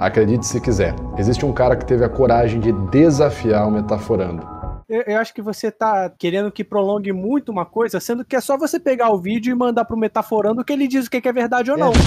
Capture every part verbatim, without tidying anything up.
Acredite se quiser, existe um cara que teve a coragem de desafiar o Metaforando. Eu, eu acho que você tá querendo que prolongue muito uma coisa, sendo que é só você pegar o vídeo e mandar pro Metaforando que ele diz o que é verdade ou não. É.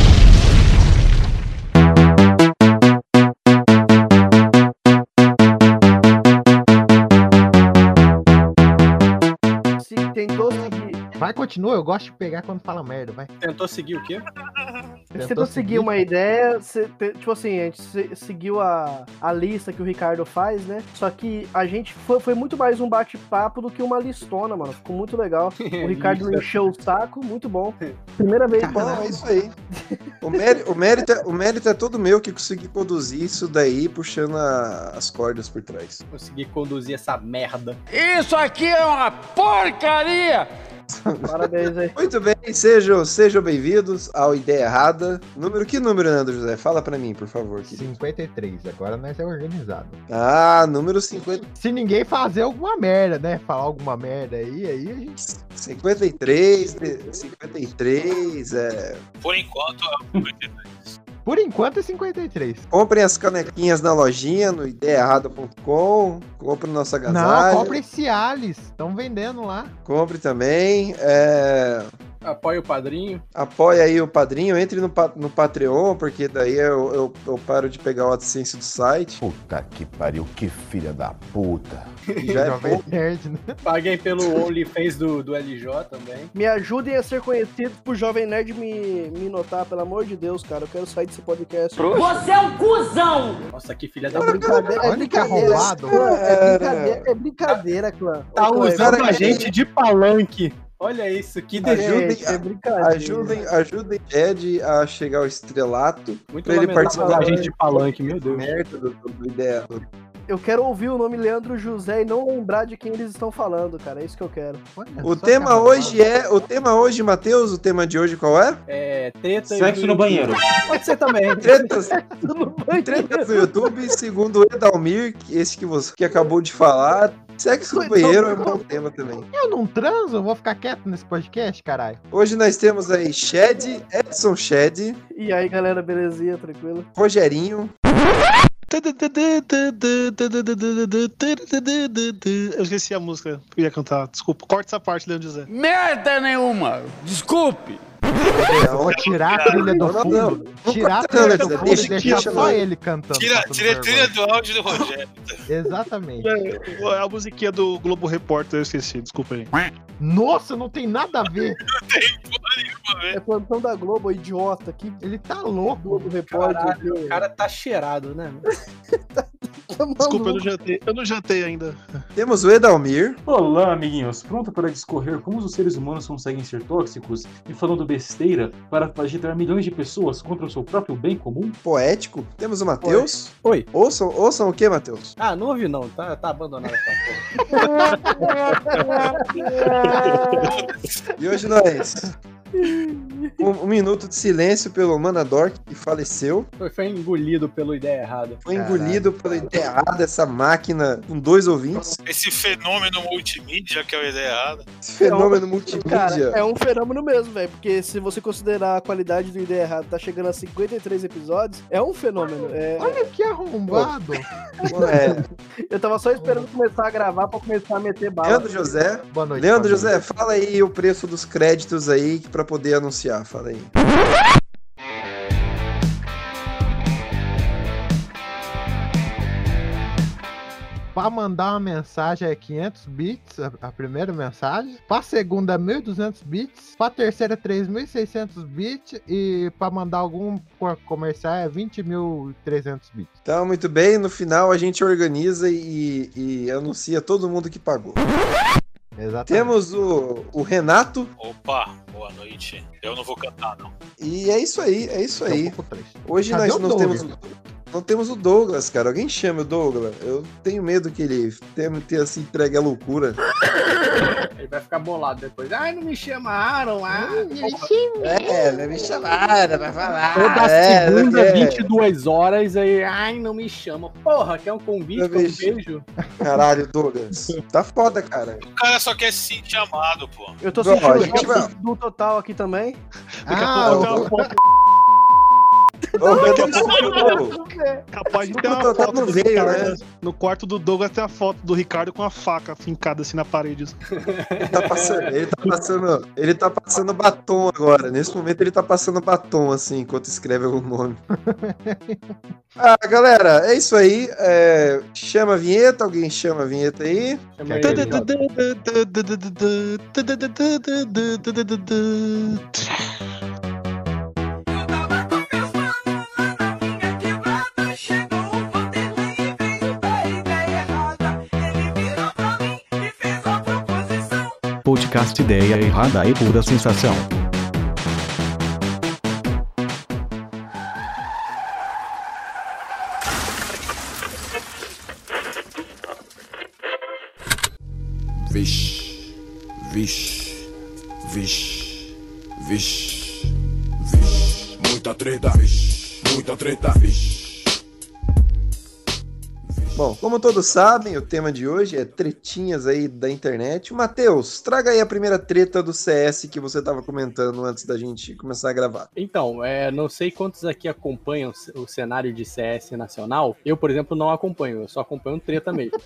Tentou seguir. Vai, continua, eu gosto de pegar quando fala merda, vai. Tentou seguir o quê? Você tentou seguir uma ideia, você, tipo assim, a gente seguiu a, a lista que o Ricardo faz, né? Só que a gente foi, foi muito mais um bate-papo do que uma listona, mano. Ficou muito legal. O Ricardo me encheu o saco, muito bom. Primeira vez. Bom, é isso aí. O mérito, o, mérito é, o mérito é todo meu que consegui conduzir isso daí, puxando a, as cordas por trás. Consegui conduzir essa merda. Isso aqui é uma porcaria! Parabéns aí. Muito bem, sejam, sejam bem-vindos ao Ideia Errada. Número, que número, Nando José? Fala pra mim, por favor. Querido. cinquenta e três, agora nós é organizado. Ah, número cinquenta. Se ninguém fazer alguma merda, né? Falar alguma merda aí, aí a gente... cinquenta e três, cinquenta e três, é... Por enquanto é cinquenta e três. Por enquanto é cinquenta e três. Comprem as canequinhas na lojinha, no ideia errada ponto com. Comprem nosso agasalho. Não, compre esse Alice. Estão vendendo lá. Compre também. É... Apoia o padrinho. Apoia aí o padrinho. Entre no, no Patreon, porque daí eu, eu, eu paro de pegar o AdSense do site. Puta que pariu, que filha da puta. Já é bom. Nerd, né? Paguei pelo OnlyFans do, do L J também. Me ajudem a ser conhecido pro Jovem Nerd me, me notar, pelo amor de Deus, cara. Eu quero sair desse podcast. Você é um cuzão! Nossa, que filha da É brincadeira, é Olha brincadeira. que arrombado. É brincadeira, é brincadeira, clã. Tá Ô, clã, usando é a gente de palanque. Olha isso, que Ajudem, Gente, é brincadeira. ajudem, ajudem Ed a chegar ao estrelato. Muito pra ele participar a gente de palanque, meu Deus. Merda do, do, do ideia. Eu quero ouvir o nome Leandro José e não lembrar de quem eles estão falando, cara. É isso que eu quero. Olha O só, tema cara. hoje é. O tema hoje, Matheus, o tema de hoje qual é? É, treta Sexo no banheiro. Pode ser também. Tretas, Tudo bem. tretas no YouTube, segundo o Edalmir, esse que você que acabou de falar. Sexo no banheiro é um bom tema também. Eu não transo, eu vou ficar quieto nesse podcast, caralho. Hoje nós temos aí Shed, Edson Shed, E aí, galera, belezinha, tranquilo? Rogerinho. Eu esqueci a música que eu ia cantar. Desculpa, corta essa parte, Leandro José. Merda nenhuma! Desculpe! Eu vou tirar a trilha do Não, não, fundo. não. Não Tirar a corta, trilha não, do Leandro, fundo deixa e deixar quieto, só não. ele cantando. Tira, passando tira a trilha vergonha. do áudio do Rogério. Exatamente. É a musiquinha do Globo Repórter, eu esqueci, desculpa aí. Nossa, não tem nada a ver. É plantão da Globo, idiota. Que Ele tá louco. Globo Repórter. Caralho, o cara tá cheirado, né? Tá Desculpa, eu não maluco. jantei, eu não jantei ainda. Temos o Edalmir. Olá, amiguinhos. Pronto para discorrer como os seres humanos conseguem ser tóxicos e falando besteira para agitar milhões de pessoas contra o seu próprio bem comum? Poético. Temos o Matheus. Oi. Ouçam, ouçam o que, Matheus? Ah, não ouvi não, tá, tá abandonado essa porra. E hoje nós. Um, um minuto de silêncio pelo Manador que faleceu. Foi, foi engolido pelo ideia errada. Foi engolido pela ideia errada, essa máquina com dois ouvintes. Esse fenômeno multimídia que é a ideia errada. Esse fenômeno Cara, multimídia. é um fenômeno mesmo, velho. Porque se você considerar a qualidade do Ideia Errada, tá chegando a cinquenta e três episódios, é um fenômeno. É... Olha que arrombado. É. Eu tava só esperando começar a gravar pra começar a meter bala. Leandro José. Boa noite. Leandro família. José, fala aí o preço dos créditos aí pra poder anunciar. Fala aí. Pra mandar uma mensagem é quinhentos bits, a, a primeira mensagem. Pra segunda é mil e duzentos bits. Pra terceira é três mil e seiscentos bits. E pra mandar algum co- comercial é vinte mil e trezentos bits. Então, muito bem. No final a gente organiza e, e anuncia todo mundo que pagou. Exatamente. Temos o, o Renato. Opa, boa noite. Eu não vou cantar, não. E é isso aí, é isso aí. Um pouco triste. Hoje Cadê nós o não Douglas? temos, não temos o Douglas, cara. Alguém chama o Douglas. Eu tenho medo que ele tenha, tenha se entregue à loucura. Ele vai ficar bolado depois. Ai, não me chamaram. Ah, É, não me chamaram pra falar. toda é, segunda, é. vinte e duas horas, aí, ai, não me chama. Porra, quer um convite Não pra um me chama. beijo? Caralho, Douglas. Tá foda, cara. O cara só quer se sentir amado, pô. Eu tô Bom, sentindo a gente o vai- do total aqui também. Ah, Então, o- Capaz de Desculpa, ter uma tô- tá foto no do veio, Ricardo. né? No quarto do Douglas tem a foto do Ricardo com a faca fincada assim na parede. Ele tá passando, ele tá passando, ele tá passando batom agora. Nesse momento ele tá passando batom, assim, enquanto escreve algum nome. Ah, galera, é isso aí. É, chama a vinheta, alguém chama a vinheta aí? Chama ele. Podcast Ideia Errada e Pura Sensação. Vixe, vixe, vixe, vixe, vixe, muita treta, vixe, muita treta, vixe. Bom, como todos sabem, o tema de hoje é tretinhas aí da internet. Matheus, traga aí a primeira treta do C S que você tava comentando antes da gente começar a gravar. Então, é, não sei quantos aqui acompanham o cenário de C S nacional. Eu, por exemplo, não acompanho, eu só acompanho treta mesmo.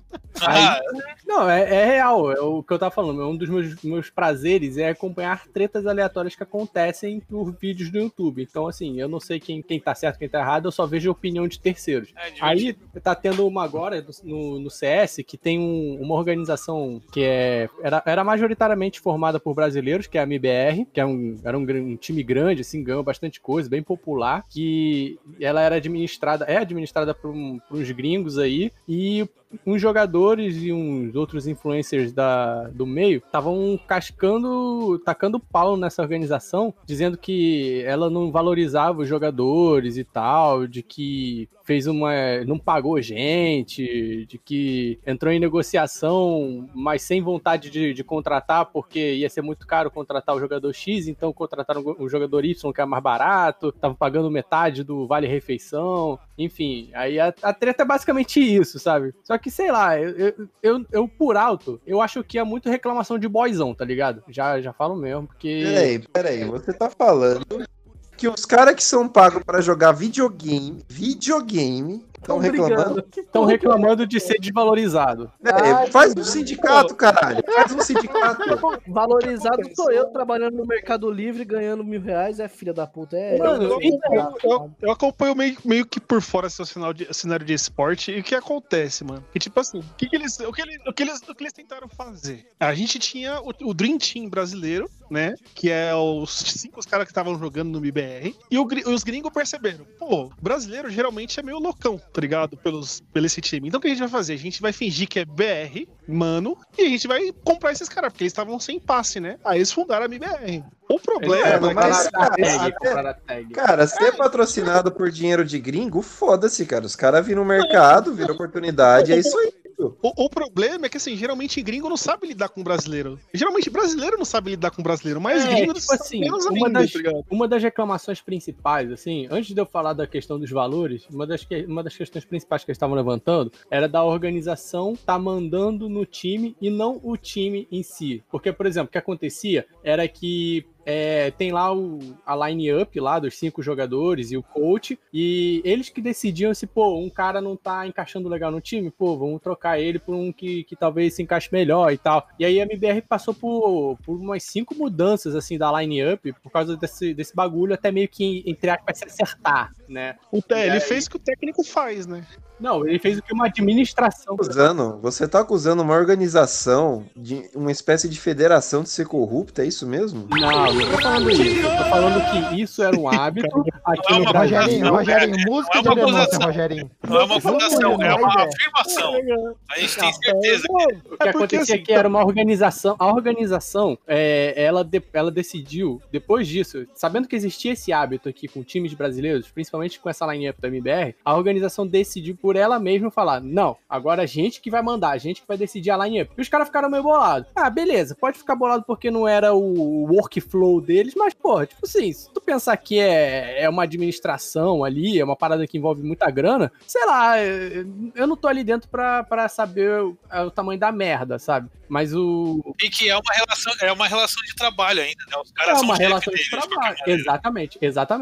Aí, não, é, é real, é o que eu tava falando, um dos meus, meus prazeres é acompanhar tretas aleatórias que acontecem por vídeos do YouTube. Então, assim, eu não sei quem, quem tá certo, quem tá errado, eu só vejo a opinião de terceiros. É, aí tá tendo uma agora no, no C S que tem um, uma organização que é, era, era majoritariamente formada por brasileiros, que é a M B R, que é um, era um, um time grande, assim, ganhou bastante coisa, bem popular, que ela era administrada, é administrada por, um, por uns gringos aí, e uns jogadores e uns outros influencers da, do meio estavam cascando, tacando pau nessa organização, dizendo que ela não valorizava os jogadores e tal, de que fez uma, não pagou gente, de que entrou em negociação, mas sem vontade de, de contratar, porque ia ser muito caro contratar o jogador X, então contrataram o jogador Y, que é mais barato, tava pagando metade do vale-refeição, enfim, aí a, a treta é basicamente isso, sabe? Só que, sei lá, eu, eu, eu, eu por alto, eu acho que é muito reclamação de boyzão, tá ligado? Já, já falo mesmo, porque... Peraí, peraí, você tá falando que os caras que são pagos pra jogar videogame, videogame, estão reclamando. Estão reclamando de ser desvalorizado. É, ah, faz um sindicato, caralho. Faz um sindicato. Valorizado sou eu trabalhando no Mercado Livre ganhando mil reais, é filha da puta. É, Mano, eu, eu, eu, eu acompanho meio, meio que por fora esse cenário de, cenário de esporte e o que acontece, mano? Que tipo assim, o que, que, eles, o que, eles, o que, eles, o que eles tentaram fazer? A gente tinha o, o Dream Team brasileiro, né? Que é os cinco caras que estavam jogando no M B R. E o, os gringos perceberam, pô, brasileiro geralmente é meio loucão, tá ligado? Pelos, pelo esse time. Então o que a gente vai fazer? A gente vai fingir que é B R, mano, e a gente vai comprar esses caras, porque eles estavam sem passe, né? Aí eles fundaram a M B R. O problema é, é mas, que... cara, até, cara, ser patrocinado por dinheiro de gringo, foda-se, cara. Os caras viram mercado, viram oportunidade, é isso aí. O, o problema é que, assim, geralmente gringo não sabe lidar com brasileiro. Geralmente brasileiro não sabe lidar com brasileiro, mas é, gringo tipo assim, menos uma, ainda, das, tá ligado? uma das reclamações principais, assim, antes de eu falar da questão dos valores, uma das, que, uma das questões principais que eles estavam levantando era da organização tá mandando no time e não o time em si. Porque, por exemplo, o que acontecia era que É, tem lá o, a line-up lá dos cinco jogadores e o coach, e eles que decidiam se, pô, um cara não tá encaixando legal no time, pô, vamos trocar ele por um que, que talvez se encaixe melhor e tal. E aí a M B R passou por, por umas cinco mudanças, assim, da line-up, por causa desse, desse bagulho, até meio que, entre aspas, se acertar, né? O te, ele aí... fez o que o técnico faz, né? Não, ele fez o que uma administração. Acusando, você tá acusando uma organização de uma espécie de federação de ser corrupta, é isso mesmo? Não, eu não tô falando isso. Eu tô falando que isso era um hábito aqui no Brasil. Rogerinho, Rogerinho, música de denúncia, Rogerinho. Não é uma acusação, é uma afirmação. A gente tem certeza que... O que acontecia aqui era uma organização. A organização, é, ela, de, ela decidiu, depois disso, sabendo que existia esse hábito aqui com times brasileiros, principalmente com essa line-up da M B R, a organização decidiu por ela mesma falar, não, agora a gente que vai mandar, a gente que vai decidir a line-up. E os caras ficaram meio bolados. Ah, beleza, pode ficar bolado porque não era o workflow deles, mas, pô, tipo assim, se tu pensar que é, é uma administração ali, é uma parada que envolve muita grana, sei lá, eu não tô ali dentro pra, pra saber o, o tamanho da merda, sabe? Mas o... E que é uma relação, é uma relação de trabalho ainda, né? Os caras é são uma chefe relação de deles, trabalho. De exatamente, exatamente.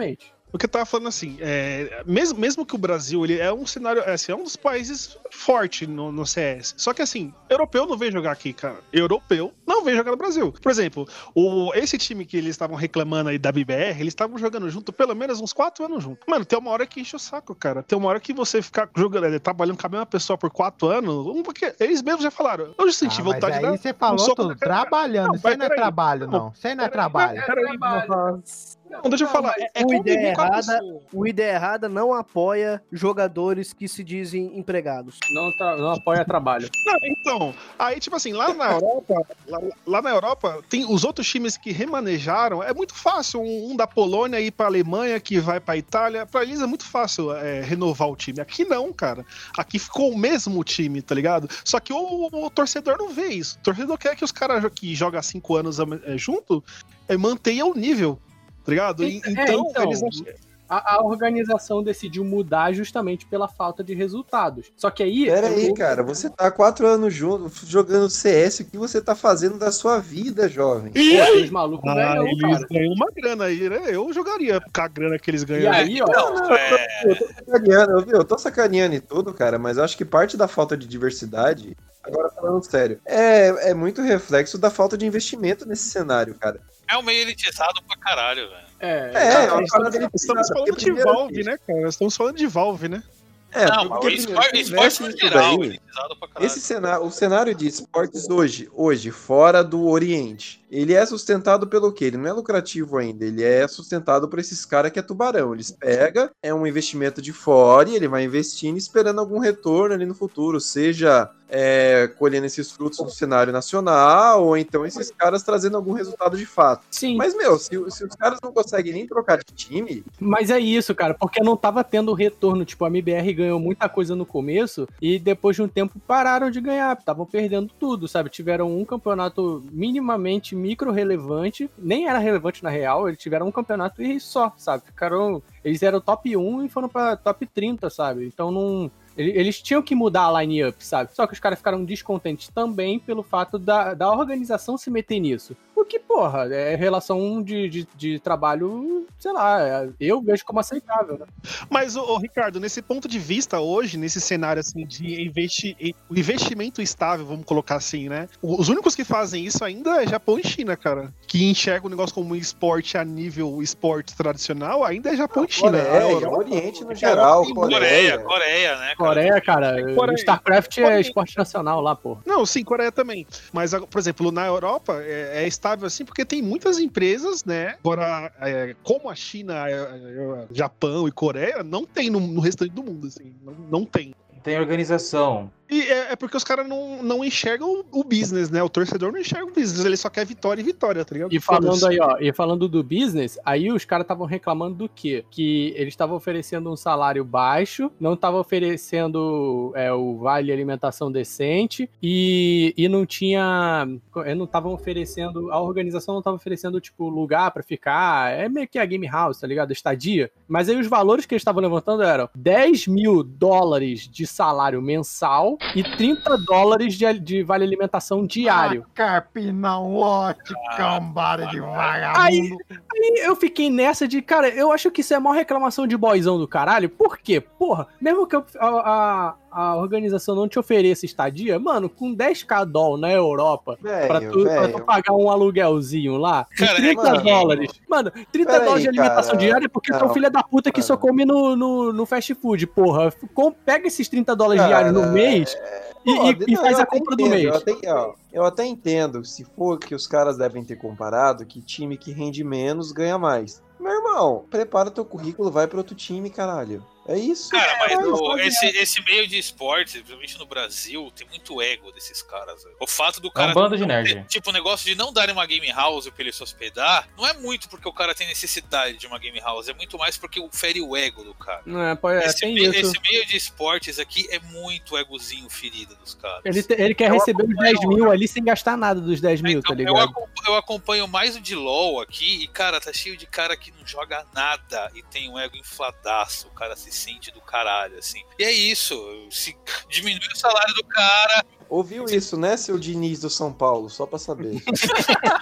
O que eu tava falando assim, é, mesmo, mesmo que o Brasil ele é um cenário, é, assim, é um dos países fortes no, no C S. Só que assim, europeu não vem jogar aqui, cara. Europeu não vem jogar no Brasil. Por exemplo, o, esse time que eles estavam reclamando aí da B B R, eles estavam jogando junto pelo menos uns quatro anos junto. Mano, tem uma hora que enche o saco, cara. Tem uma hora que você ficar jogando, trabalhando com a mesma pessoa por quatro anos, porque eles mesmos já falaram. Eu já senti Ah, vontade mas de aí dar você falou um tudo, trabalhando. Isso aí não é peraí. trabalho, não. Isso aí não é trabalho. Peraí, Não, deixa eu falar. É, é o, conviver ideia com a errada, pessoa. o Ideia Errada não apoia jogadores que se dizem empregados. Não, tra- não apoia trabalho. Não, então, aí tipo assim, lá na Europa, lá, lá na Europa, tem os outros times que remanejaram, é muito fácil, um, um da Polônia ir pra Alemanha, que vai pra Itália, pra eles é muito fácil é, renovar o time. Aqui não, cara. Aqui ficou o mesmo time, tá ligado? Só que o, o torcedor não vê isso. O torcedor quer que os caras que jogam há cinco anos é, junto é, mantenham o nível. Tá ligado? E, É, então, então, eles acham... a, a organização decidiu mudar justamente pela falta de resultados. Só que aí... Pera eu- aí, cara, você tá há quatro anos junto, jogando C S, o que você tá fazendo da sua vida, jovem? Pô, aqueles malucos Ah, velhão, eles cara. ganham uma grana aí, né? Eu jogaria com a grana que eles E ganham. aí, ó... Não, é... Eu tô sacaneando, eu, eu tô sacaneando e tudo, cara, mas eu acho que parte da falta de diversidade, agora falando sério, é, é muito reflexo da falta de investimento nesse cenário, cara. é um meio elitizado pra caralho, velho. É, É, é uma parada Estamos elitizada, falando porque de primeiro Valve, que- né, cara? Estamos falando de Valve, né? É, Não, porque o primeiro esporte, que esporte investe no nisso geral, daí, elitizado pra caralho. esse cenário, o cenário de esportes hoje, hoje, fora do Oriente, ele é sustentado pelo quê? Ele não é lucrativo ainda, ele é sustentado por esses caras que é tubarão. Eles pegam, é um investimento de fora e ele vai investindo esperando algum retorno ali no futuro, seja é, colhendo esses frutos no cenário nacional, ou então esses caras trazendo algum resultado de fato. Sim. Mas, meu, se, se os caras não conseguem nem trocar de time, Mas é isso, cara, porque não tava tendo retorno. Tipo, a M B R ganhou muita coisa no começo e depois de um tempo pararam de ganhar. Estavam perdendo tudo, sabe? Tiveram um campeonato minimamente micro-relevante, nem era relevante na real, eles tiveram um campeonato e só, sabe? Ficaram. Eles eram top um e foram pra top trinta, sabe? Então não. Eles tinham que mudar a line-up, sabe? Só que os caras ficaram descontentes também pelo fato da, da organização se meter nisso. Porque, porra, é relação de, de, de trabalho, sei lá, eu vejo como aceitável, né? Mas, ô, ô, Ricardo, nesse ponto de vista hoje, nesse cenário assim de investi o investimento estável, vamos colocar assim, né? Os únicos que fazem isso ainda é Japão e China, cara. Que enxergam o negócio como um esporte a nível esporte tradicional, ainda é Japão e China. Coreia, A Europa- Oriente no geral, Coreia, Coreia. Coreia, né? cara? Coreia, cara, Coreia. StarCraft é Coreia. esporte nacional lá, porra. Não, sim, Coreia também. Mas, por exemplo, na Europa é, é estável assim porque tem muitas empresas, né? Agora, é, como a China, é, é, Japão e Coreia, não tem no, no restante do mundo, assim. Não, não tem. Tem organização. E é, é porque os caras não, não enxergam o, o business, né? O torcedor não enxerga o business, ele só quer vitória e vitória, tá ligado? E falando Foda-se. aí, ó, e falando do business, aí os caras estavam reclamando do quê? Que eles estavam oferecendo um salário baixo, não estavam oferecendo é, o vale alimentação decente e, e não tinha. Não estavam oferecendo. A organização não estava oferecendo, tipo, lugar pra ficar. É meio que a Game House, tá ligado? Estadia. Mas aí os valores que eles estavam levantando eram dez mil dólares de salário mensal e trinta dólares de, de vale alimentação diário. Ah, Carpinão, lote, cambada de vagabundo. Aí, aí eu fiquei nessa de, cara, eu acho que isso é a maior reclamação de boyzão do caralho. Por quê? Porra, mesmo que eu- a, a, a organização não te ofereça estadia, mano, com dez k dólar na Europa, Velho, pra, tu, pra tu velho. pagar um aluguelzinho lá, e Cara, trinta mano, dólares. Mano, trinta pera dólares de aí, alimentação cara. diária porque tu é um Não. filho da puta que só Mano. come no, no, no fast food, porra. Com- pega esses trinta dólares Cara, diários no mês e, Pô, e- e não, faz eu a até compra do entendo, mês. Eu até, ó, eu até entendo, se for que os caras devem ter comparado, que time que rende menos ganha mais. Meu irmão, prepara teu currículo, vai para outro time, caralho. É isso. Cara, mas É, o- mas- esse, esse meio de esportes, principalmente no Brasil, tem muito ego desses caras. Velho. O fato do É cara. um bando de não nerd. ter- Tipo, o negócio de não darem uma game house pra ele se hospedar, não é muito porque o cara tem necessidade de uma game house, é muito mais porque fere o ego do cara. Não, é, pô, é, esse, tem meio, isso. esse meio de esportes aqui é muito egozinho ferido dos caras. Ele, te- ele quer Eu receber os acompanho- dez mil ali sem gastar nada dos dez mil, tá Então, eu, ligado? acompanho, eu acompanho mais o de LoL aqui e, cara, tá cheio de cara que não joga nada e tem um ego infladaço. O cara se sente do caralho, assim. E é isso. Se diminuir o salário do cara. Ouviu isso, né, seu Diniz do São Paulo? Só pra saber.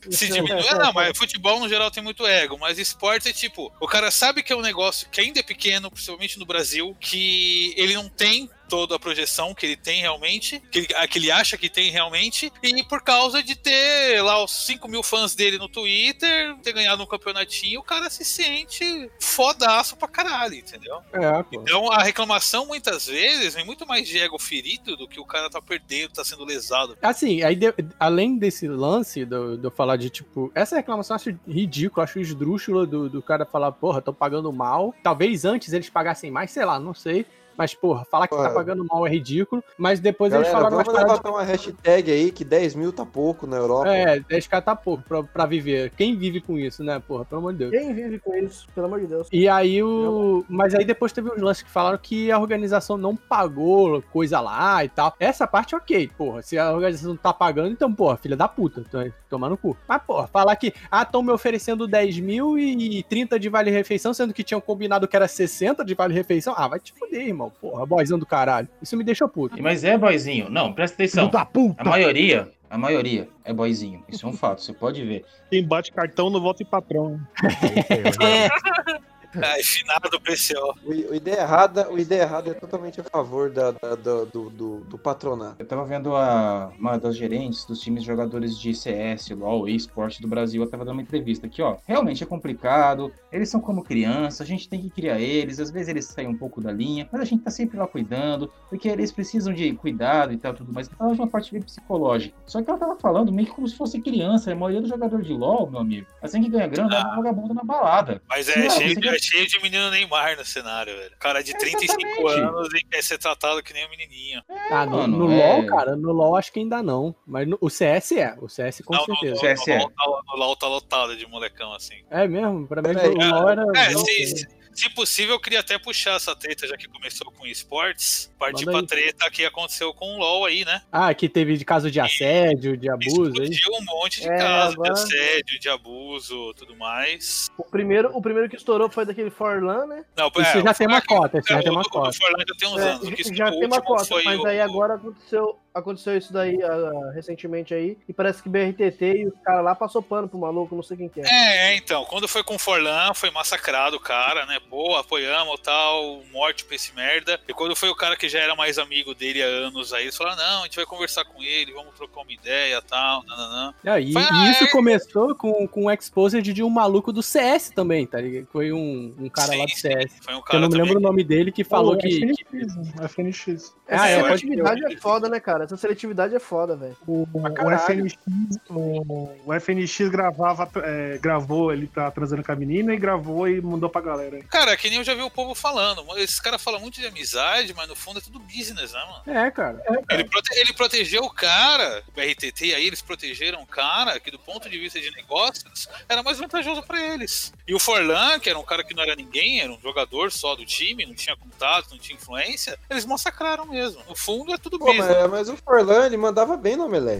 Se diminui, não, mas futebol no geral tem muito ego, mas esporte é tipo, o cara sabe que é um negócio que ainda é pequeno, principalmente no Brasil, que ele não tem toda a projeção que ele tem realmente, que ele, que ele acha que tem realmente, e por causa de ter lá os cinco mil fãs dele no Twitter, ter ganhado um campeonatinho, o cara se sente fodaço pra caralho, entendeu? É, pô. Então a reclamação muitas vezes vem muito mais de ego ferido do que o cara tá perdendo, tá sendo lesado. Assim, aí de, além desse lance de eu falar de tipo, essa reclamação eu acho ridícula, acho esdrúxula do, do cara falar, porra, tô pagando mal. Talvez antes eles pagassem mais, sei lá, não sei. Mas, porra, falar que Porra. tá pagando mal é ridículo. Mas depois Galera, eles falaram... vamos levantar uma hashtag aí que dez mil tá pouco na Europa. É, dez k tá pouco pra, pra viver. Quem vive com isso, né, porra? Pelo amor de Deus. Quem vive com isso, pelo amor de Deus. E aí o... Mas aí depois teve uns lances que falaram que a organização não pagou coisa lá e tal. Essa parte ok, porra. Se a organização não tá pagando, então, porra, filha da puta. Tô tomando no cu. Mas, porra, falar que, ah, estão me oferecendo dez mil e trinta de vale-refeição, sendo que tinham combinado que era sessenta de vale-refeição. Ah, vai te fuder, irmão. Porra, boyzão do caralho. Isso me deixa puto. Mas é boyzinho. Não, presta atenção. Da puta. A maioria, a maioria é boyzinho. Isso é um fato, você pode ver. Quem bate cartão não volta em patrão. Ai, finado P C O. O, o, ideia errada, o ideia errada é totalmente a favor da, da, da, do, do, do patronato. Eu tava vendo a, uma das gerentes dos times de jogadores de C S, LoL e esporte do Brasil, eu tava dando uma entrevista aqui, ó. Realmente é complicado, eles são como criança, a gente tem que criar eles, às vezes eles saem um pouco da linha, mas a gente tá sempre lá cuidando, porque eles precisam de cuidado e tal, tudo mais. Ela de uma parte bem psicológica. Só que ela tava falando meio que como se fosse criança, a maioria do jogador de LoL, meu amigo, assim que ganha grana, vai vagabundo na balada. Mas é, cheio, é cheio de menino Neymar no cenário, velho. Cara de trinta e cinco anos e quer ser tratado que nem um menininho. Ah, no, mano, no é... LoL, cara, no LoL acho que ainda não. Mas no, o C S é. O C S com não, certeza. No, no, C S no, é. no, no, no LoL tá lotado de molecão, assim. É mesmo? Pra mim É, o LoL era... É, não, se, se, se possível, eu queria até puxar essa treta, já que começou com esportes, partir pra treta que aconteceu com o LoL aí, né? Ah, que teve de caso de assédio, de abuso, aí. Explodiu um monte de É, casos agora- de assédio, de abuso, tudo mais. O primeiro, o primeiro que estourou foi daquele Forlan, né? Não, Isso é, já tem uma Forlan- cota, isso é, já tem o- uma o- cota. O Forlan já tem uns É, anos. O que já estourou tem uma último cota, foi mas o- aí agora aconteceu, aconteceu isso daí ah, recentemente aí, e parece que B R T T e os caras lá passou pano pro maluco, não sei quem que é. É, é, então, quando foi com o Forlan, foi massacrado o cara, né? Pô, apoiamos tal, morte pra esse merda. E quando foi o cara que já era mais amigo dele há anos aí, eles falaram, não, a gente vai conversar com ele, vamos trocar uma ideia e tal, nananã. É, e, Foi- e isso é- começou com, com o exposed de um maluco do C S também, tá ligado? Foi um, um cara Sim, lá do C S. Foi um Que eu não cara me lembro o também. nome dele que falou Oh, que... F N X, que- F N X. Essa Ah, é, pode seletividade é foda, né, cara? Essa seletividade é foda, velho. O, o, caralho. F N X, o, o F N X gravava, é, gravou ele tá transando com a menina e gravou e mandou pra galera. Cara, que nem eu já vi o povo falando. Esses caras falam muito de amizade, mas no fundo é tudo business, né, mano? É, cara. Ele, prote- ele protegeu o cara, o B R T T, aí eles protegeram o cara que do ponto de vista de negócios era mais vantajoso pra eles. E o Forlan, que era um cara que não era ninguém, era um jogador só do time, não tinha contato, não tinha influência, eles massacraram mesmo. No fundo é tudo Pô, business. mas, mas o Forlan, ele mandava bem no Omelete.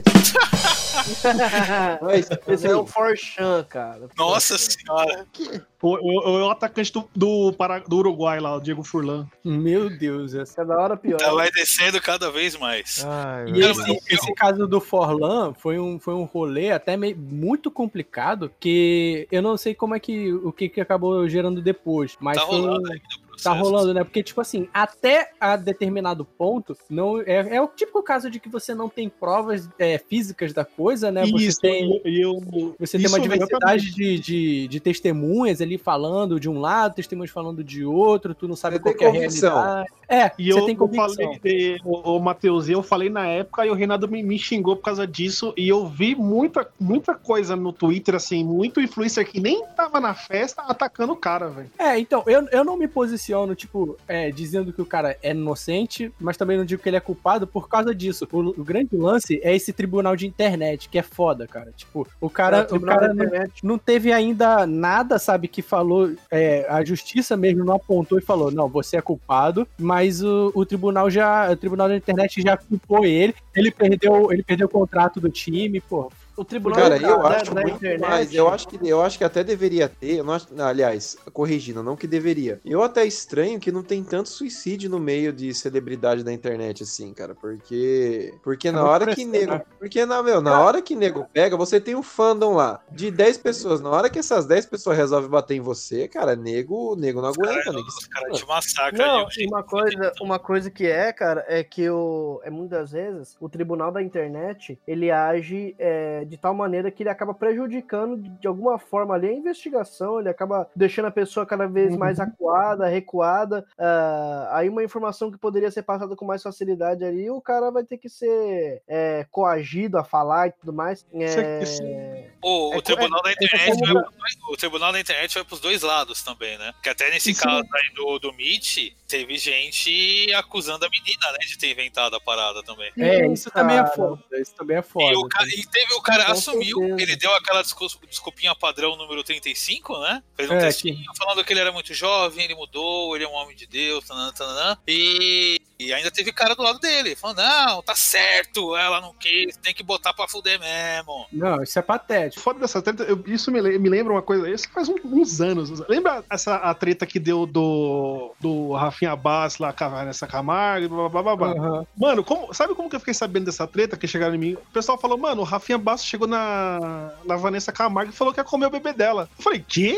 Mas, Esse é o Forchan, cara. Nossa senhora. O, o, o atacante do, do, Para- do Uruguai lá, o Diego Furlan. Meu Deus, essa... Cada hora pior. Ela vai descendo cada vez mais. Ai, E velho. esse, esse caso do Forlan foi um, foi um rolê até meio, muito complicado, que eu não sei como é que o que, que acabou gerando depois, mas Tá foi um- rolando ainda o processo. Tá rolando, né? Porque, tipo assim, até a determinado ponto, não é, é o típico caso de que você não tem provas é, físicas da coisa, né? Você Isso, tem, e eu, você tem isso uma diversidade exatamente. de, de, de testemunhas ali falando de um lado, testemunhas falando de outro, tu não sabe Você qual tem que é a convicção. realidade. É, E você eu, tem eu convicção. falei, eh, o, o Matheus, eu falei na época e o Renato me, me xingou por causa disso. E eu vi muita, muita coisa no Twitter, assim, muito influencer que nem tava na festa atacando o cara, velho. É, então, eu, eu não me posiciono, tipo, é, dizendo que o cara é inocente, mas também não digo que ele é culpado por causa disso. O, o grande lance é esse tribunal de internet, que é foda, cara. Tipo, o cara, É, o o tribunal cara da não, internet. não teve ainda nada, sabe, que falou, é, a justiça mesmo não apontou e falou, não, você é culpado, mas o, o tribunal já, o tribunal da internet já culpou ele, ele perdeu, ele perdeu o contrato do time, pô. O tribunal Cara, da, eu da, acho da muito internet. mais. Eu acho que eu acho que até deveria ter. Eu não acho, aliás, corrigindo, não que deveria. Eu até estranho que não tem tanto suicídio no meio de celebridade da internet assim, cara, porque porque na hora que nego, porque na meu, na hora que nego pega, você tem um fandom lá de dez pessoas. Na hora que essas dez pessoas resolvem bater em você, cara, nego, nego não aguenta, nego. Os caras te massacram. Não, e uma coisa, uma coisa que é, cara, é que o, é muitas vezes o tribunal da internet, ele age é, de tal maneira que ele acaba prejudicando de, de alguma forma ali a investigação, ele acaba deixando a pessoa cada vez Uhum. mais acuada, recuada, uh, aí uma informação que poderia ser passada com mais facilidade ali, o cara vai ter que ser é, coagido a falar e tudo mais. É... O, o, É, tribunal é, da é internet como- vai, o tribunal da internet vai pros dois lados também, né? Porque até nesse Isso. caso aí do, do Mitch, teve gente acusando a menina, né, de ter inventado a parada também. É, isso também é cara. foda. Isso também é foda. E, o cara, e teve o cara Com assumiu, certeza. ele deu aquela descul- desculpinha padrão número trinta e cinco, né? Fez um É, textinho falando que ele era muito jovem, ele mudou, ele é um homem de Deus, tanana, tanana, e, e ainda teve cara do lado dele, falando, não, tá certo, ela não quis, tem que botar pra fuder mesmo. Não, isso é patético. Foda dessa treta, eu- isso me, le- me lembra uma coisa, isso faz um- uns anos. Lembra essa a treta que deu do, do Rafinha Bass lá, com a Vanessa Camargo, blá, blá, blá, blá. Aham. Mano, como- sabe como que eu fiquei sabendo dessa treta que chegaram em mim? O pessoal falou, mano, o Rafinha Bass chegou na, na Vanessa Camargo e falou que ia comer o bebê dela. Eu falei, quê?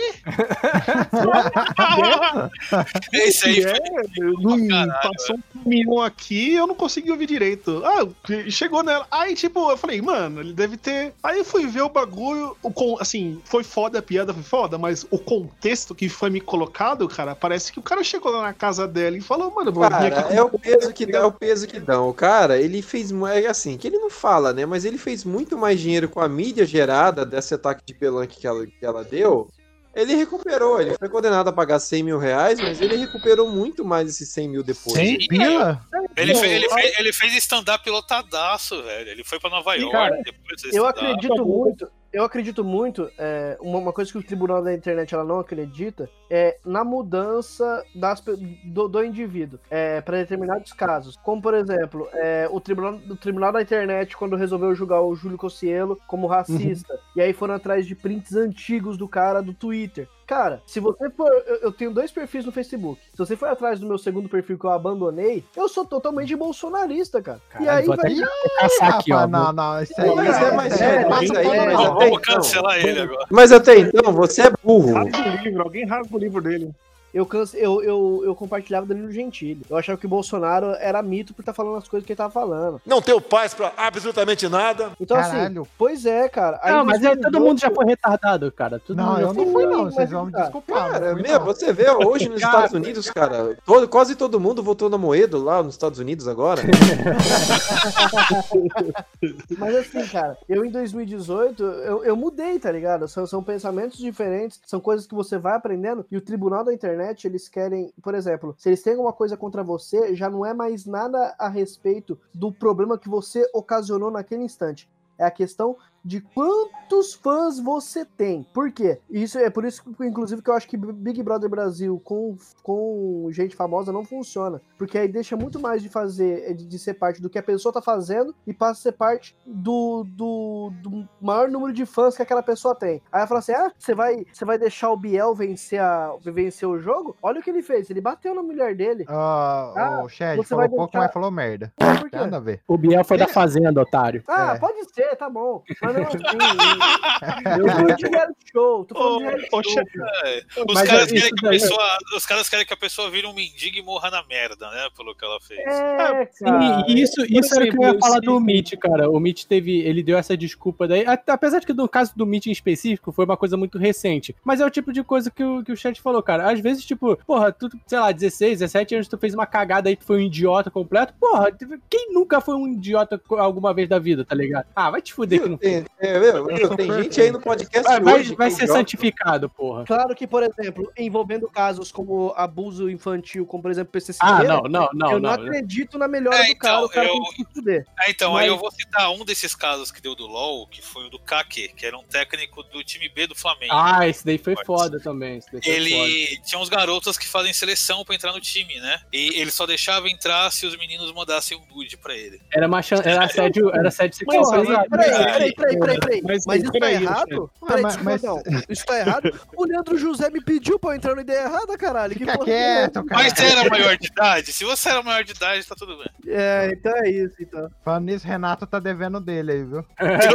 Esse aí é, foi não, caralho, passou um caminhão aqui eu não consegui ouvir direito. Ah, chegou nela. Aí, tipo, eu falei, mano, ele deve ter. Aí eu fui ver o bagulho, o con... assim, foi foda, a piada foi foda, mas o contexto que foi me colocado, cara, parece que o cara chegou lá na casa dela e falou, mano, vou vir Cara, aqui é o peso que dá, é o peso que dão. O cara, ele fez, mu- é assim, que ele não fala, né, mas ele fez muito mais dinheiro com a mídia gerada desse ataque de pelanque que ela, que ela deu. Ele recuperou, ele foi condenado a pagar cem mil reais, mas ele recuperou muito mais esses cem mil depois. Sem pila? Ele, Não, fez, ele, a- fez, ele fez stand-up lotadaço, velho. Ele foi pra Nova York, cara, depois fez Eu stand-up. acredito muito, eu acredito muito, é, uma, uma coisa que o tribunal da internet ela não acredita é na mudança das, pe- do, do indivíduo é, para determinados casos. Como, por exemplo, é, o, tribunal, o tribunal da internet, quando resolveu julgar o Júlio Cocielo como racista, Uhum. e aí foram atrás de prints antigos do cara do Twitter. Cara, se você for. Eu, eu tenho dois perfis no Facebook. Se você for atrás do meu segundo perfil que eu abandonei, eu sou totalmente bolsonarista, cara. e Caralho, aí vou vai. até caçar aqui, ó. Rapaz, não, não, isso aí. Mas é, mas é, mas aí, é, mas é, até Vamos então, cancelar ele agora. mas até então, você é burro. rasga o livro, alguém rasga o livro dele. Eu, canse... eu, eu, eu compartilhava Danilo Gentili. Eu achava que o Bolsonaro era mito por estar falando as coisas que ele tava falando. Não tenho paz pra absolutamente nada. Então, Caralho. assim, pois é, cara. Aí Não, mas dois é, mil e todo dezoito mundo já foi retardado, cara. Todo Não, mundo eu já não foi. fui, não. mas Vocês vão me tá. desculpar. Cara, não fui, meu, não. você vê hoje nos Cara, Estados Unidos, cara, todo, quase todo mundo votou na Moedo lá nos Estados Unidos agora. Mas assim, cara, eu em dois mil e dezoito, eu, eu mudei, tá ligado? São, são pensamentos diferentes, são coisas que você vai aprendendo, e o tribunal da internet, eles querem, por exemplo, se eles têm alguma coisa contra você, já não é mais nada a respeito do problema que você ocasionou naquele instante. É a questão de quantos fãs você tem. Por quê? Isso é por isso, que, inclusive, que eu acho que Big Brother Brasil com, com gente famosa não funciona. Porque aí deixa muito mais de fazer, de, de ser parte do que a pessoa tá fazendo e passa a ser parte do, do, do maior número de fãs que aquela pessoa tem. Aí ela fala assim, ah, você vai, você vai deixar o Biel vencer, a, vencer o jogo? Olha o que ele fez, ele bateu na mulher dele. Ah, Ah, o Chad você falou vai pouco, deixar- mas falou merda. Por quê? Nada a ver. O Biel foi da Fazenda, otário. Ah, É. pode ser, tá bom. Mas não assim. Eu vou de reality show, tô falando de reality Ô, ô, show. Chad, É, os, Mas caras é querem isso que a daí, pessoa, os caras querem que a pessoa vire um mendigo e morra na merda, né? Pelo que ela fez. É, Sim, cara. e isso, isso era o que eu ia exemplo, falar esse- do Mitch, cara. O Mitch teve. Ele deu essa desculpa daí. a- Apesar de que no caso do Mitch em específico foi uma coisa muito recente. Mas é o tipo de coisa que o, que o chat falou, cara. Às vezes, tipo, porra, tu, sei lá, dezesseis, dezessete anos, tu fez uma cagada aí, tu foi um idiota completo. Porra, quem nunca foi um idiota alguma vez da vida, tá ligado? Ah, vai te fuder que não foi. Tem, é, meu, meu, tem gente aí no podcast Vai, vai, hoje. vai que é ser idiota. santificado, porra. Claro que, por exemplo, envolvendo casos como abuso infantil, como por exemplo P C Ah, Siqueira, não, não, não, eu não, não. acredito na melhora É, do cara, então, o cara eu- tem que se fuder. Ah, então, aí Mas- eu vou citar um desses casos que deu do LoL, que foi o do Kake, que era um técnico do time B do Flamengo. Ah, esse daí foi foda também. Esse daí foi foda. Ele tinha uns garotos que fazem seleção pra entrar no time, né? E ele só deixava entrar se os meninos mandassem um nude pra ele. Era, uma chan... era assédio, era assédio Mas sexual. aí, pesado. Peraí, Aí- peraí, peraí, peraí, peraí, peraí. Mas, Mas isso tá peraí, errado? Ah, Peraí, mas- desculpa, mas- não. Isso tá errado? O Leandro José me pediu pra eu entrar na ideia errada, caralho. Que Fica porra quieto, cara. Mas você era maior de idade? Se você era maior de idade, tá tudo bem. É, então é isso, então. Falando nisso, Renato tá devendo dele aí, viu?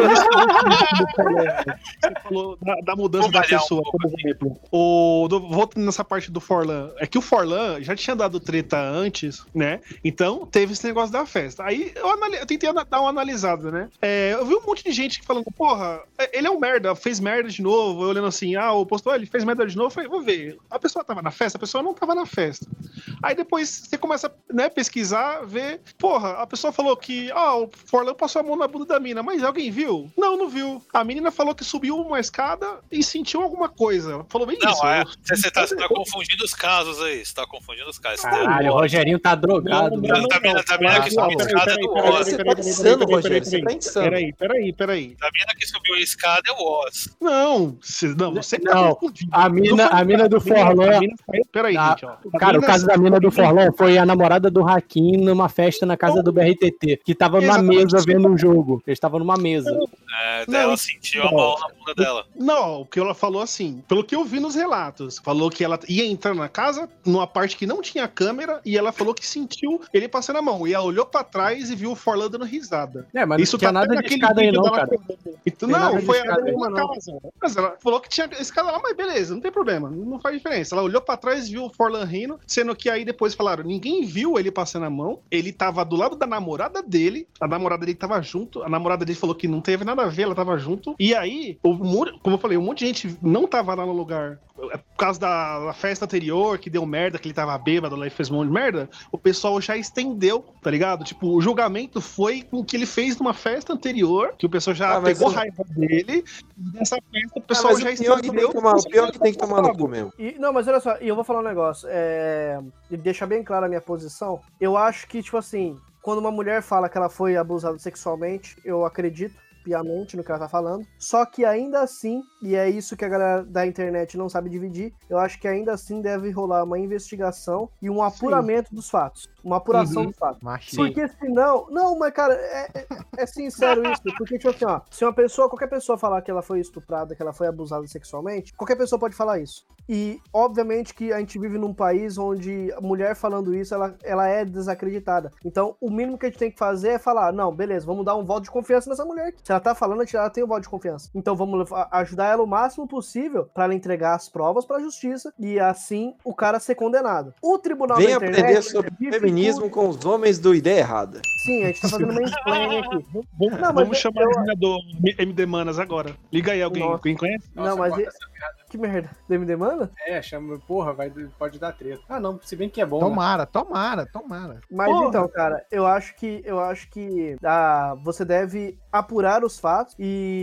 Você falou da, da mudança Vou da malhar um pessoa, pouco, como exemplo. O, do, voltando nessa parte do Forlan. É que o Forlan já tinha dado treta antes, né? Então teve esse negócio da festa. Aí eu, anali- eu tentei ana- dar uma analisada, né? É, eu vi um monte de gente falando, porra, ele é um merda, fez merda de novo. Eu olhando assim, ah, o postou, ele fez merda de novo. Eu falei, vou ver. A pessoa tava na festa, a pessoa não tava na festa. Aí depois você começa, né, pesquisar, ver, porra, a pessoa falou que, ah, o Forlan passou a mão na bunda da mina, mas alguém viu? Não, não viu. A menina falou que subiu uma escada e sentiu alguma coisa. Falou bem Não, isso. é, você, você tá, você tá confundindo os casos aí. Você tá confundindo os casos. Caralho, o Rogerinho tá drogado. Não, mano. não, Da mina, da mina que não, subiu a peraí, escada é peraí, do peraí, Oz. Você peraí, tá peraí, insano, peraí, Rogério, peraí, você tá insano. Peraí, peraí, peraí. Da mina que subiu a escada é o Oz. Não, você, não, você que tá Não, confundindo. a mina, Não foi- a mina do mina- Forlan. a mina saiu- Peraí, a- gente, ó. A Cara, o mina caso da saiu- mina do Forlan foi a namorada do Hakim numa festa na casa do B R T T, que tava numa Exatamente. mesa vendo um jogo. Eles estavam numa mesa. É, Não, ela sentiu a não. mão na bunda dela. Não, o que ela falou assim, pelo que eu vi nos relatos, falou que ela ia entrar na casa numa parte que não tinha câmera e ela falou que sentiu ele passando a mão. E ela olhou pra trás e viu o Forlan dando risada. É, mas Isso não tinha tá até nada de naquele escada aí vídeo não, dela cara. correndo. Então, Tem nada não, de foi escada ela aí. na casa. Mas ela falou que tinha escada lá, mas beleza, não tem problema, não faz diferença. Ela olhou pra trás e viu o Forlan rindo, sendo que aí depois falaram, ninguém viu ele passando a mão, ele tava do lado da namorada dele, a namorada dele tava junto, a namorada dele falou que não teve nada a ver, ela tava junto, e aí, o, mu- como eu falei, um monte de gente não tava lá no lugar, é por causa da, da festa anterior, que deu merda, que ele tava bêbado lá e fez um monte de merda, o pessoal já estendeu, tá ligado? Tipo, o julgamento foi com o que ele fez numa festa anterior, que o pessoal já Ah, mas pegou eu- raiva dele, e nessa festa o Ah, pessoal mas já o pior que tem que tomar, o pior que tem que tomar no cu mesmo. E, não, mas olha só, e eu vou falar um negócio, é, e deixar bem clara a minha posição. Eu acho que, tipo assim, quando uma mulher fala que ela foi abusada sexualmente, eu acredito piamente no que ela tá falando. Só que ainda assim, e é isso que a galera da internet não sabe dividir, eu acho que ainda assim deve rolar uma investigação e um apuramento dos fatos. Uma apuração Uhum. dos fatos. Machismo. Porque senão. Não, mas cara, é, é, é sincero isso. Porque, tipo assim, ó, se uma pessoa, qualquer pessoa falar que ela foi estuprada, que ela foi abusada sexualmente, qualquer pessoa pode falar isso. E, obviamente, que a gente vive num país onde a mulher falando isso, ela, ela é desacreditada. Então, o mínimo que a gente tem que fazer é falar: não, beleza, vamos dar um voto de confiança nessa mulher aqui. Se ela tá falando, ela tem um voto de confiança. Então, vamos ajudar ela o máximo possível pra ela entregar as provas pra justiça e, assim, o cara ser condenado. O tribunal Vem da internet, aprender sobre dificulta- feminismo com os homens do Ideia Errada. Sim, a gente tá fazendo mansplaining aqui. Vamos, Não, mas vamos eu- chamar eu- a menina do M D Manas agora. Liga aí alguém, Nossa. alguém conhece? Não, mas. e- Que merda. D M D Mana? É, chama, porra, vai, pode dar treta. Ah, não, se bem que é bom. né? Tomara, tomara, tomara. Mas Porra. então, cara, eu acho que eu acho que ah, você deve apurar os fatos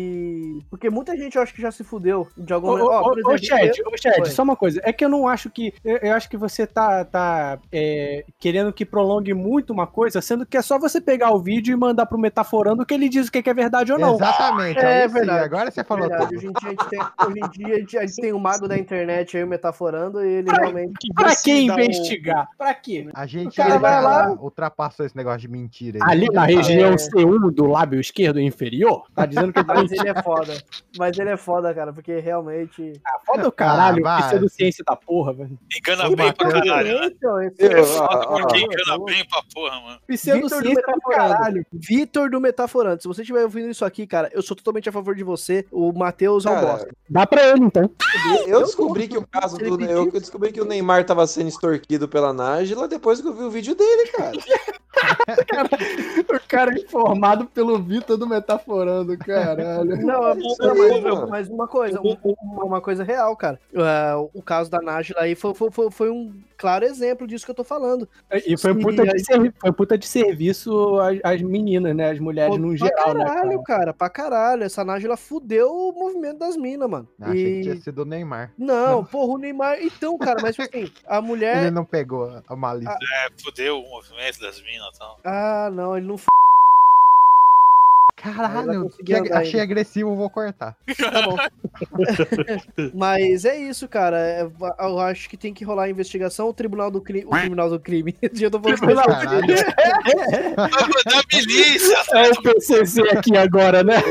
e porque muita gente eu acho que já se fudeu de Ô, alguma ô, maneira. Ó, ô, por ô, exemplo, Chad, eu- ô, Chad, Oi. só uma coisa. É que eu não acho que. Eu, eu acho que você tá, tá é, querendo que prolongue muito uma coisa, sendo que é só você pegar o vídeo e mandar pro Metaforando que ele diz o que que é verdade ou não. Exatamente. É aí sim, verdade. agora você falou Verdade, tudo. hoje em dia a gente tem, hoje em dia a gente, a gente tem o mago da internet aí, o Metaforando, e ele Pra- realmente. Pra Você que dá um- investigar? Pra quê? A gente O cara já vai lá- ultrapassou esse negócio de mentira aí. Ali na região É. C um do lábio esquerdo inferior? Tá dizendo que ele tá Mas ele é foda. Mas ele é foda, cara, porque realmente. Ah, foda o caralho, Ah, vai. pseudo-ciência da porra, velho. Engana Ô, bem pra Matheus. caralho, né? Então, esse- Eu- esse- ah, Foda ah, porque ah. engana bem pra porra, mano. Vitor do Pseudo-ciência do Metaforando. caralho. Vitor do Metaforando. Se você estiver ouvindo isso aqui, cara, eu sou totalmente a favor de você. O Matheus é um Cara, bosta. Dá pra ele, então. Eu descobri que o caso Ele do. pediu. Eu descobri que o Neymar tava sendo extorquido pela Nájila depois que eu vi o vídeo dele, cara. O cara é informado pelo Vitor do Metaforando, caralho. Não, é- Isso não, aí, mas, mano. mas uma coisa, um- uma, uma coisa real, cara. É, o caso da Nájila aí foi, foi, foi, foi um claro exemplo disso que eu tô falando. E foi Sim, puta, de aí- servi- foi puta de serviço às, às meninas, né? As mulheres Pô, no pra geral, né? caralho, cara? cara, pra caralho. Essa Nájila fudeu o movimento das minas, mano. Achei que E... tinha sido o Neymar. Não, porra, o Neymar. Então, cara, mas tipo assim, a mulher. Ele não pegou a malícia. É, fudeu o movimento das minas e tal. Ah, não, ele não f... Ele vai Caralho, conseguir que ag- andar achei ainda. agressivo, vou cortar. Tá bom. Mas é isso, cara. É, eu acho que tem que rolar a investigação. O Tribunal do Crime. O Tribunal do Crime. Eu tô falando Tribunal do Crime. Da milícia. É o P C C aqui agora, né?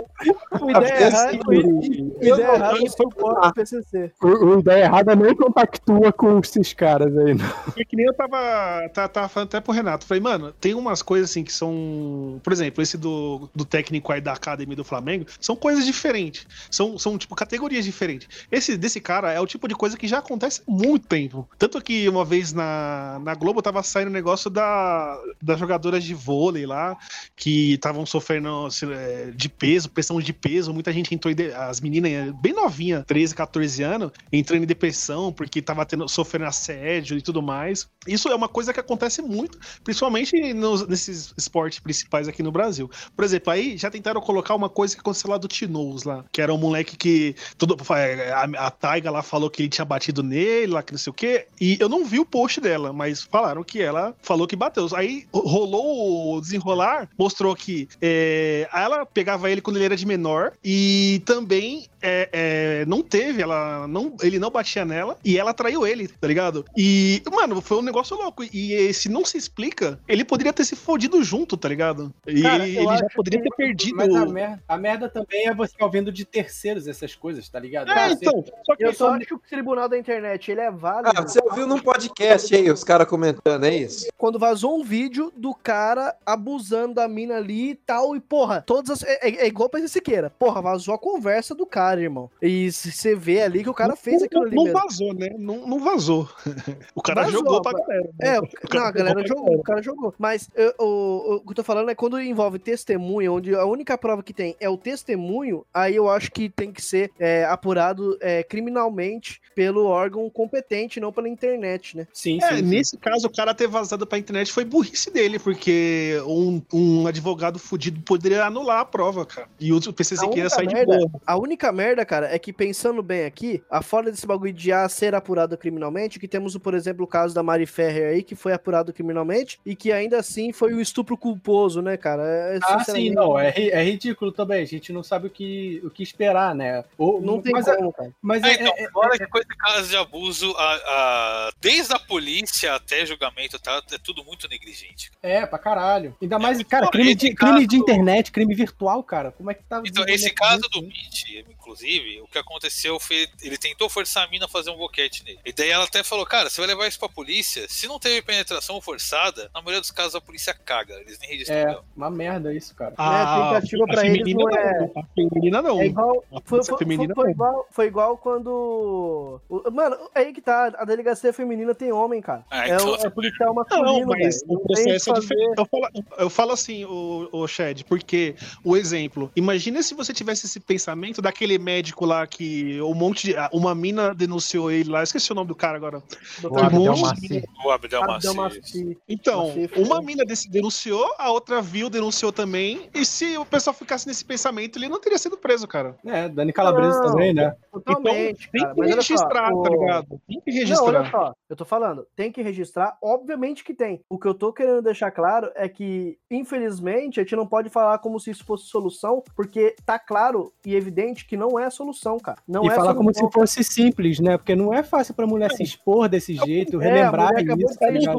O ideia errada foi o ideia errada foi o P C C. O ideia errada não compactua com esses caras aí, não. É que nem eu tava, tava, tava falando até pro Renato. Falei, mano, tem umas coisas assim que são. Por exemplo, esse do, do técnico aí da Academy do Flamengo, são coisas diferentes. São, são tipo, categorias diferentes. Esse desse cara é o tipo de coisa que já acontece há muito tempo. Tanto que uma vez na, na Globo tava saindo um negócio da, das jogadoras de vôlei lá, que estavam sofrendo de peso, pressão de peso. Muita gente entrou em. De, as meninas bem novinhas, treze, catorze anos, entrando em depressão porque tava tendo, sofrendo assédio e tudo mais. Isso é uma coisa que acontece muito, principalmente nos, nesses esportes principais aqui no Brasil. Por exemplo, aí já tentaram colocar uma coisa que aconteceu lá do Tinoz lá, que era um moleque que todo, a, a Taiga lá falou que ele tinha batido nele, lá que não sei o quê, e eu não vi o post dela, mas falaram que ela falou que bateu. Aí rolou o desenrolar, mostrou que é, ela pegava ele quando ele era de menor e também é, é, não teve, ela não, ele não batia nela e ela traiu ele, tá ligado? E, mano, foi um negócio louco. E se não se explica, ele poderia ter se fodido junto, tá ligado? E Cara, ele já poderia que... ter perdido. Mas a merda, a merda também é você ouvindo de terceiros essas coisas, tá ligado? É, você... então. Só que eu só acho que o tribunal da internet, ele é válido. Ah, você ouviu num podcast aí, os caras comentando, é isso? Quando vazou um vídeo do cara abusando da mina ali e tal, e porra, todas as... É, é igual pra esse Siqueira. Porra, vazou a conversa do cara, irmão. E você vê ali que o cara fez aquilo ali Não mesmo. vazou, né? Não, não vazou. O cara Vazou, jogou pra galera. É, o não, a galera jogou, o cara jogou. Mas eu, o, o que eu tô falando é quando envolve testemunha, onde a única prova que tem é o testemunho, aí eu acho que tem que ser é, apurado é, criminalmente pelo órgão competente, não pela internet, né? Sim, É, sim, nesse sim. caso, o cara ter vazado pra internet foi burrice dele, porque um, um advogado fudido poderia anular a prova, cara. E o P C C ia sair merda, de boa. A única merda, cara, é que pensando bem aqui, a fora desse bagulho de já ser apurado criminalmente, que temos, por exemplo, o caso da Mari Ferrer aí, que foi apurado criminalmente e que ainda assim foi o estupro culposo, né, cara? É, ah, sim, não, é, é ridículo também, a gente não sabe o que, o que esperar, né? Ou, não tem mas como, é, cara. Mas é, é, então, é, fora é, que com esse caso de abuso, a, a, desde a polícia até julgamento, tá, é tudo muito negligente. É, pra caralho. Ainda mais, é, cara, crime, de, caso... crime de internet, crime virtual, cara. Como é que tá... Então, esse caso do Mitch, inclusive, o que aconteceu foi, ele tentou forçar a mina a fazer um boquete nele. E daí ela até falou, cara, você vai levar isso pra polícia? Se não teve penetração forçada, na maioria dos casos a polícia caga, eles nem registram. É, dela. uma merda isso, cara. Ah, a tentativa a pra eles não é... Não, a feminina não. É igual... Foi, foi, feminina foi, foi, não. igual, foi igual quando... Mano, aí que tá, a delegacia feminina tem homem, cara. Ah, é, então... é policial masculino, Não, mas véio. o processo é diferente. Eu falo, eu falo assim, o, o Shed, porque o exemplo, imagina se você tivesse esse pensamento daquele médico lá que um monte de... Uma mina denunciou ele lá, esqueci o nome do cara agora. O Abdelmaci. O Abdelmaci. Então, uma mina desse denunciou, a outra viu, denunciou também, e se o pessoal ficasse nesse pensamento, ele não teria sido preso, cara. É, Dani Calabresa Não, também, né? Totalmente, então, cara. tem que Mas registrar, só, tá o... ligado? Tem que registrar. Não, olha só, eu tô falando, tem que registrar, obviamente que tem. O que eu tô querendo deixar claro é que, infelizmente, a gente não pode falar como se isso fosse solução, porque tá claro e evidente que não é solução, cara. Não e é falar solução. como se fosse simples, né? Porque não é fácil pra mulher se expor desse jeito, é, relembrar a mulher isso, tá ligado?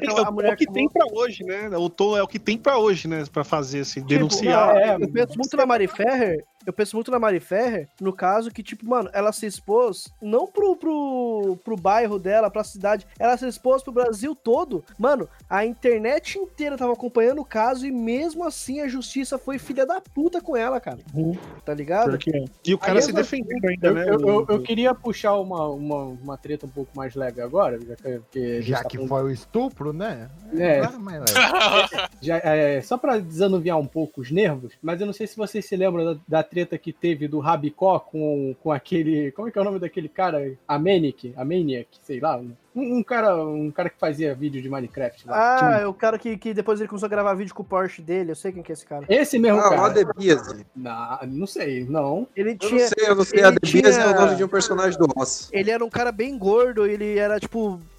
É o que tem pra hoje, né? O tom é o que tem pra hoje, né? Pra fazer, assim, Tipo, denunciar. não, é, eu penso muito na Mari Ferrer, eu penso muito na Mari Ferrer, no caso que, tipo, mano, ela se expôs não pro, pro, pro bairro dela, pra cidade, ela se expôs pro Brasil todo. Mano, a internet inteira tava acompanhando o caso e mesmo assim a justiça foi filha da puta com ela, cara. Uhum. Tá ligado? E o cara se defendendo ainda, eu, né? Eu, eu, eu queria puxar uma, uma, uma treta um pouco mais leve agora, já que, que, já tá que falando... foi o estupro, né? É. Agora mais leve. Já, é, só pra desanuviar um pouco os nervos, mas eu não sei se vocês se lembram da, da treta que teve do Rabicó com, com aquele... Como é que é o nome daquele cara? Amenic? Ameniac, sei lá. Um, um, cara, um cara que fazia vídeo de Minecraft. Lá. Ah, Tinha... é o cara que, que depois ele começou a gravar vídeo com o Porsche dele. Eu sei quem que é esse cara. Esse mesmo ah, cara. o Adebias. Não, não sei, não. Ele eu tinha, não sei, eu não sei. Ele Adebias tinha... é o nome de um personagem do Ross. Ele era um cara bem gordo, ele era, tipo...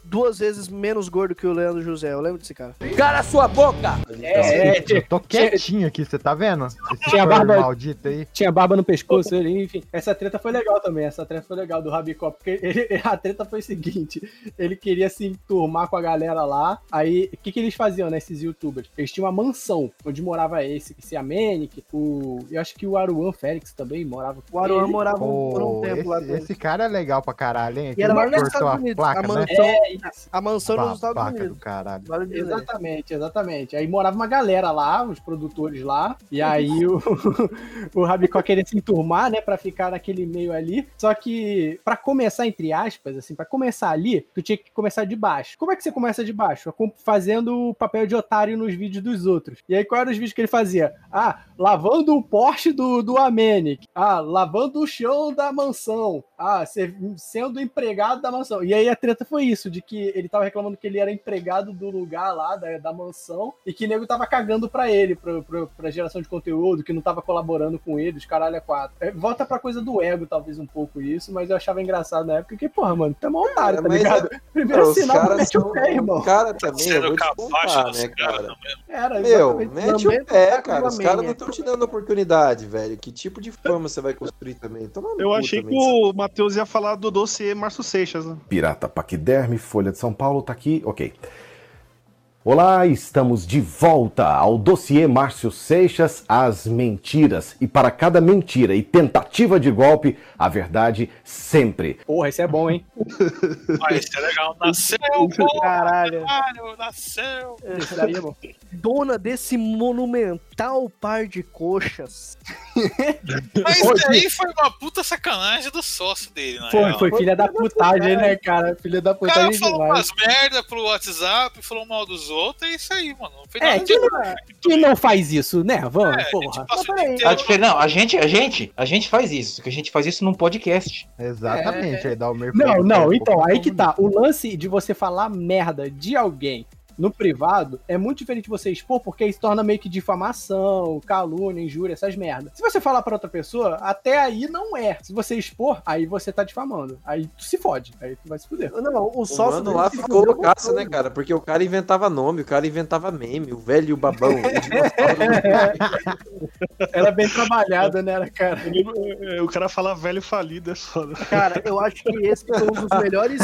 duas vezes menos gordo que o Leandro José. Eu lembro desse cara. Cala sua boca! É, Eu tô quietinho aqui, você tá vendo? Esse Tinha cor barba- maldito aí. Tinha barba no pescoço, ele, enfim. Essa treta foi legal também, essa treta foi legal do Rabicó, porque ele- a treta foi o seguinte, ele queria se enturmar com a galera lá, aí o que que eles faziam, né, esses youtubers? Eles tinham uma mansão, onde morava esse, esse Amenic, o... eu acho que o Aruan Félix também morava. O Aruan Ele- morava um- por um Pô, tempo lá esse, com ele. esse cara é legal pra caralho, hein? E era Que lá nos cortou Estados a Unidos. placa, a né? mansão, É, isso. a mansão nos Estados Babaca Unidos. do caralho. Vale dizer. Exatamente, exatamente. Aí morava uma galera lá, os produtores lá, e aí o, o Rabicó queria se enturmar, né, pra ficar naquele meio ali. Só que, pra começar, entre aspas, assim, pra começar ali, tu tinha que começar de baixo. Como é que você começa de baixo? Fazendo o papel de otário nos vídeos dos outros. E aí, qual eram os vídeos que ele fazia? Ah, lavando o Porsche do, do Amenic. Ah, lavando o chão da mansão. Ah, ser- sendo empregado da mansão. E aí a treta foi isso, de que ele tava reclamando que ele era empregado do lugar lá, da, da mansão, e que o nego tava cagando pra ele, pra, pra, pra geração de conteúdo, que não tava colaborando com ele, os caralho é quatro. É, volta pra coisa do ego, talvez, um pouco isso, mas eu achava engraçado na época, que, porra, mano, tu é mó otário, tá mas ligado? é- Primeiro Os sinal, caras mete o são- pé, irmão. O cara também, eu Sendo vou te capacho contar, dos né, caras cara? também. Era, Meu, exatamente. mete o Também pé, tá cara. com Os a caras manha. não estão te dando oportunidade, velho. Que tipo de fama você vai construir também? Toma no Eu cu achei que também, o Matheus ia falar do dossiê Márcio Seixas, né? Pirata Paquiderme, Folha de São Paulo, tá aqui, ok. Olá, estamos de volta ao dossiê Márcio Seixas, as mentiras. E para cada mentira e tentativa de golpe, a verdade sempre. Porra, esse é bom, hein? Ah, isso é legal. Nasceu, porra, Caralho. caralho, nasceu. Esse aí é bom. Dona desse monumental par de coxas. Mas Foi, isso aí foi uma puta sacanagem do sócio dele, na Foi, real. foi filha da putagem, né, cara? Filha da O cara putagem falou demais. umas merda pro WhatsApp, falou mal dos outros, é isso aí, mano. Não foi É, nada quem de- não, quem não faz isso, né? Vamos, É, porra. Passa o dia peraí. inteiro A difer- Não, a gente, a gente, a gente faz isso, que a gente faz isso num podcast. Exatamente, aí dá o meu Não, não, então, aí que tá. O lance de você falar merda de alguém no privado é muito diferente de você expor, porque aí se torna meio que difamação, calúnia, injúria, essas merdas. Se você falar pra outra pessoa, até aí não é. Se você expor, aí você tá difamando. Aí tu se fode, aí tu vai se fuder. Não, o O sócio mano dele lá se ficou fudeu loucaço, com né, tudo. cara? Porque o cara inventava nome, o cara inventava meme, o velho e o babão. O dinossauro. Era bem trabalhada, né, era, cara? O cara fala velho falido, é foda. Cara, eu acho que esse foi um dos melhores.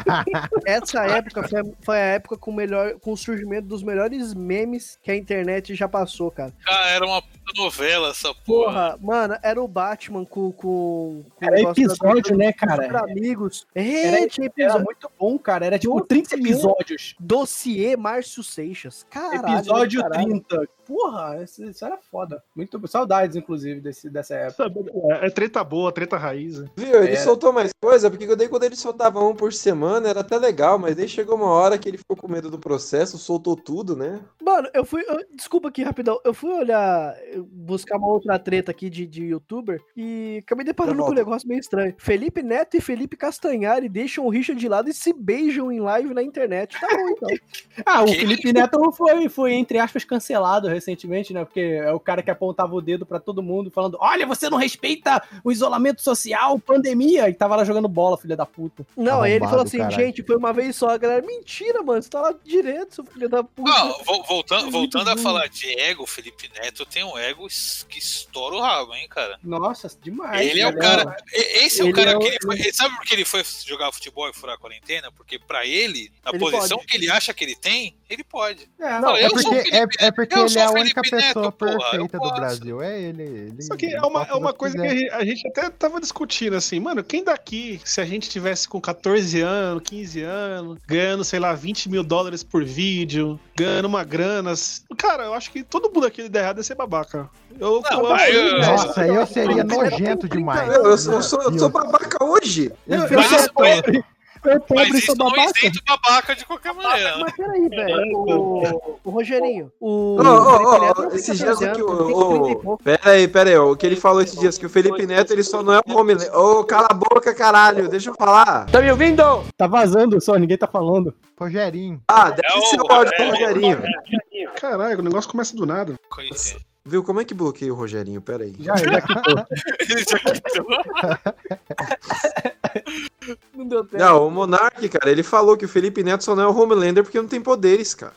Essa época foi, foi a época com, o melhor, com o surgimento dos melhores memes que a internet já passou, cara. Cara, era uma puta novela essa porra. Porra, mano, era o Batman com. com, com Era o negócio da- episódio, né, cara? Super amigos. É, Era, tinha era episódio. muito bom, cara. Era tipo Dossiê- trinta episódios. Dossiê Márcio Seixas. Caralho. Episódio caralho. trinta. Porra, isso, isso era foda. Muito saudades, inclusive, desse, dessa época. É, é treta boa, treta raiz. né? Viu? Ele É. soltou mais coisa, porque daí quando ele soltava um por semana era até legal, mas daí chegou uma hora que ele ficou com medo do processo, soltou tudo, né? Mano, eu fui. eu- desculpa aqui, rapidão. Eu fui olhar, eu- buscar uma outra treta aqui de, de youtuber e acabei deparando Eu com um volto. negócio meio estranho. Felipe Neto e Felipe Castanhari deixam o Richard de lado e se beijam em live na internet. Tá bom, então. Ah, o Felipe Neto foi, foi, entre aspas, cancelado recentemente, né? Porque é o cara que apontava o dedo pra todo mundo, falando: olha, você não respeita o isolamento social, pandemia, e tava lá jogando bola, filha da puta. Não, aí ele Arrombado, falou assim, caralho. gente, foi uma vez só. A galera, mentira, mano, você tá lá direto, seu filho da puta. Não, vo- voltando, Muito voltando a bom. falar de ego, o Felipe Neto tem um ego es- que estoura o rabo, hein, cara. Nossa, demais. Ele é o galera. cara. e- Esse é o Ele cara é o- que ele foi. ele- Sabe por que ele foi jogar futebol e furar a quarentena? Porque pra ele, na Ele posição pode. que ele acha que ele tem, ele pode. É, Não, Fala, É eu sou o porque, Felipe é, é porque eu ele sou é a o única Felipe pessoa Neto, porra, perfeita eu do posso. Brasil. É ele. ele Só que ele é uma, pode é uma fazer o coisa que quiser. a gente, a gente até tava discutindo, assim, mano, quem daqui, se a gente tivesse com catorze anos, quinze anos, ganhando, sei lá, vinte mil dólares por vídeo, ganhando uma grana, cara, eu acho que todo mundo aqui da errado ia ser babaca. Eu, Não, eu, aí eu- Nossa, eu seria Felipe Neto nojento tem demais. trinta Meu, eu sou, eu sou, eu sou babaca hoje. Eu, eu Mas sou isso pobre. Eu Mas pobre e isso sou não babaca. isenta o babaca de qualquer maneira. né? Mas peraí, velho. O, o Rogerinho. O. Ô, ô, Felipe Neto ô, não tem esses dias catorze aqui, anos, ô, tem trinta e ô, pouco. pera aí, pera aí, o que ele falou esses dias, que o Felipe Neto, ele só não é um homem... Ô, cala a boca, caralho, deixa eu falar. Tá me ouvindo? Tá vazando só, ninguém tá falando. Rogerinho. Ah, deve É o- ser o áudio do é, Rogerinho. caralho, o negócio começa do nada. Coisa. Viu, como é que bloqueia o Rogerinho? Pera aí. Já, já quitou. Ele já quitou. Não deu tempo. Não, o Monark, cara, ele falou que o Felipe Neto só não é o Homelander porque não tem poderes, cara.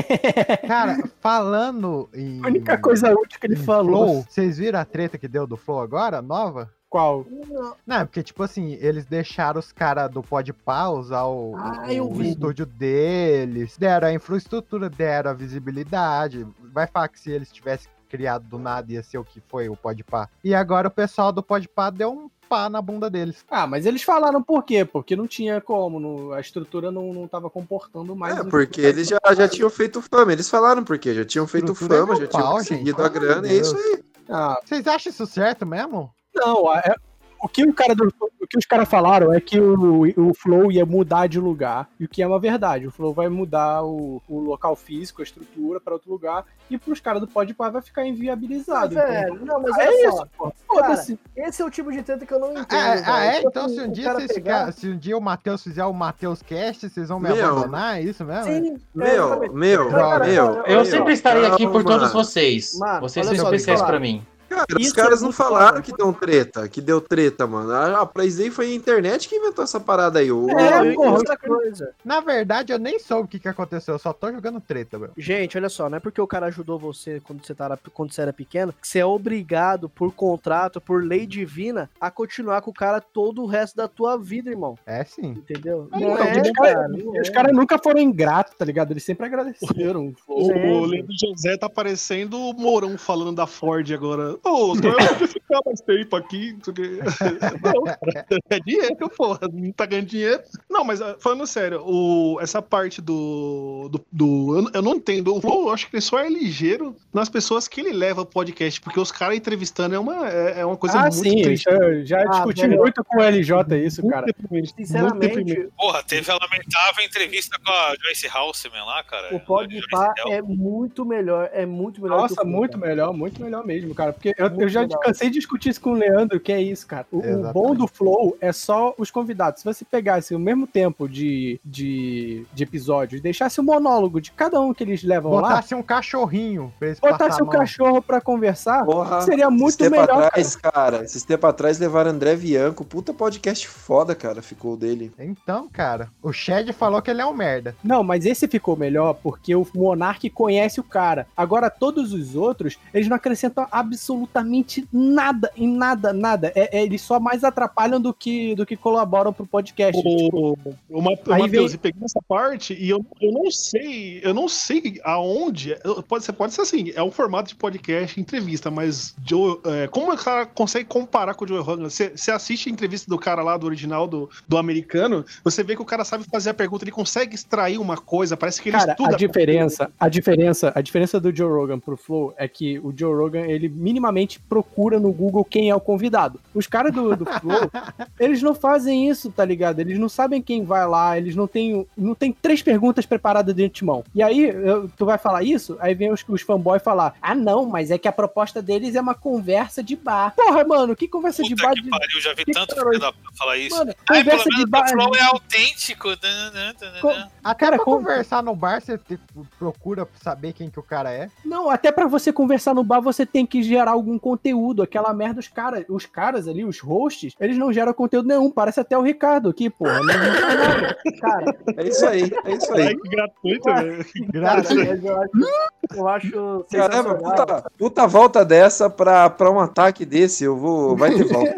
Cara, falando em... A única coisa útil que ele falou. Flow, vocês viram a treta que deu do Flow agora, nova? Qual? Não. Não, porque, tipo assim, eles deixaram os caras do Podpah usar o, Ah, o, eu o vi. estúdio deles, deram a infraestrutura, deram a visibilidade. Vai falar que se eles tivessem criado do nada ia ser o que foi o Podpah. E agora o pessoal do Podpah deu um pá na bunda deles. Ah, mas eles falaram por quê? Porque não tinha como, não- a estrutura não, não tava comportando mais. É, o que- porque eles já, já tinham feito fama. Eles falaram por quê? Já tinham feito Estrutura é fama, meu já tinham pau, conseguido gente, a pelo amor grana, de é isso Deus. aí. Ah, Vocês acham isso certo mesmo? não, é- o que o cara do- o que os caras falaram é que o, o Flow ia mudar de lugar, e o que é uma verdade. O Flow vai mudar o, o local físico, a estrutura para outro lugar, e pros caras do Podpah vai ficar inviabilizado. Não, velho, não, mas Ah, olha é só. isso, pô. Cara, Foda-se. esse é o tipo de treta que eu não entendo. Ah, ah, velho. é? Tipo Então assim, se um o dia cara vocês pegar- ficar- se um dia o Matheus fizer o Matheus Cast, vocês vão me Meu. abandonar, é isso mesmo? Sim, é, Meu, exatamente. meu, Droga. meu. Eu meu, sempre estarei aqui por calma. todos vocês. Mano, Vocês olha são só, especiais deixa eu pra mim. Cara, os Isso caras é não muito falaram foda. que deu treta, que deu treta, mano. Ah, pra isso aí foi a internet que inventou essa parada aí. O... É, É, e porra, outra coisa. Na verdade, eu nem soube o que, que aconteceu, eu só tô jogando treta, meu. Gente, olha só, não é porque o cara ajudou você quando você, tá, quando você era pequeno, que você é obrigado, por contrato, por lei divina, a continuar com o cara todo o resto da tua vida, irmão. É sim. Entendeu? Não, Não não, é, os cara. caras não os é. caras nunca foram ingratos, tá ligado? Eles sempre agradeceram. O, Sempre. o Leandro José tá parecendo o Mourão falando da Ford agora. Ô, os caras vão ficar mais tempo aqui. Não, sei o quê. Não, cara, é dinheiro, porra. Não tá ganhando dinheiro. Não, mas ah, falando sério, o, essa parte do. do, do- eu, eu não entendo. O Flow, eu acho que ele só é ligeiro nas pessoas que ele leva o podcast, porque os caras entrevistando é uma, é, é uma coisa Ah, muito sim, triste. eu já Ah, discuti velho. muito com o L J isso, Muito cara. deprimente, muito Sinceramente, deprimente. Porra, teve a lamentável entrevista com a Joyce Halseman lá, cara. o Podpah Joyce é muito melhor, é muito melhor Nossa, que o Flow, muito cara. melhor, muito melhor mesmo, cara. Porque eu, Muito eu já melhor. cansei de discutir isso com o Leandro, que é isso, cara. O, o Exatamente. bom do Flow é só os convidados. Se você pegasse o mesmo tempo de, de, de episódio e deixasse o monólogo de cada um que eles levam lá, Botasse um cachorrinho pra eles botasse passar o a mão. cachorro pra conversar, Porra, seria esses muito tempo melhor, atrás, cara. Esses tempos atrás levaram André Bianco. Puta podcast foda, cara, ficou dele. Então, cara, o Shed falou que ele é um merda. Não, mas esse ficou melhor porque o Monark conhece o cara. Agora, todos os outros, eles não acrescentam absolutamente nada, em nada, nada. É, é- eles só mais atrapalham do que, do que colaboram pro podcast. O, o, Ma- o Aí Matheus, vem- e pegando essa parte, e eu, eu não sei, eu não sei aonde. eu- Pode ser, pode ser assim, é um formato de podcast, entrevista, mas Joe, é, como o cara consegue comparar com o Joe Rogan? Você você assiste a entrevista do cara lá, do original, do, do americano, você vê que o cara sabe fazer a pergunta, ele consegue extrair uma coisa, parece que ele Cara, estuda. a diferença, a diferença, a diferença do Joe Rogan pro Flow é que o Joe Rogan, ele minimamente procura no Google quem é o convidado. Os caras do, do Flow, eles não fazem isso, tá ligado? Eles não sabem quem vai lá, eles não têm, não tem três perguntas preparadas de antemão. E aí, eu- tu vai falar isso, aí vem os, os fanboys falar, ah não, mas é que a proposta deles é uma conversa de bar. Porra, mano, que conversa de Puta bar? que de... pelo, já vi que tanto caralho? filho da puta falar isso. Mano, Ai, pelo conversa de menos bar... o Flow é autêntico. Co- Até Cara, pra com- conversar no bar, você te- procura saber quem que o cara é. Não, até pra você conversar no bar, você tem que gerar algum conteúdo. Aquela merda, os caras, os caras ali, os hosts, eles não geram conteúdo nenhum. Parece até o Ricardo aqui, porra. Não, não faz nada. Cara, É isso aí, é isso aí. Ai, que gratuito, velho. cara, Graças. mas eu acho, eu acho Caramba, sensacional. puta, puta volta dessa pra, pra um ataque desse, eu vou. Vai ter volta.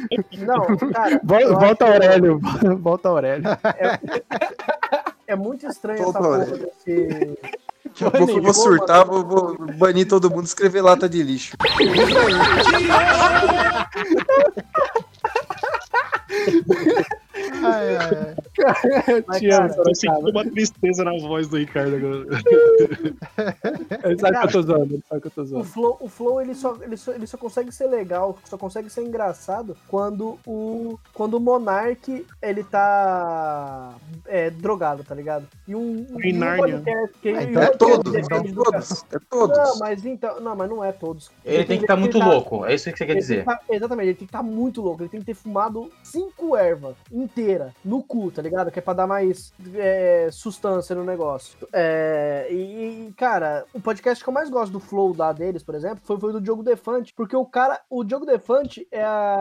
Não, cara, Vol- eu Volta acho- Aurélio, volta Aurélio. É muito estranho Volta, essa porra Aurélio. desse. Eu vou, vou surtar, vou, vou banir todo mundo e escrever lata de lixo. Ai, ai, ai. Mas, Te amo, cara, Eu senti uma tristeza na voz do Ricardo agora. Ele sabe que eu tô zoando, ele sabe que eu tô O zoando. Flow, o Flow ele, só, ele, só, ele só consegue ser legal, só consegue ser engraçado quando o, quando o Monark ele tá é, drogado, tá ligado? E um, um, Em um Nárnia. podcast que Ah, e então um É podcast todos, que então defende do cara- todos. É todos. Não, mas então. Não, mas não é todos. Ele tem que estar muito tá- louco, é isso que você quer ele dizer. tem que tá- exatamente, ele tem que estar muito louco. Ele tem que ter fumado cinco ervas inteira no cu, tá ligado? Que é pra dar mais é, sustância no negócio. É, e, e, cara, o podcast que eu mais gosto do Flow lá deles, por exemplo, foi, foi do Diogo Defante, porque o cara, o Diogo Defante é a,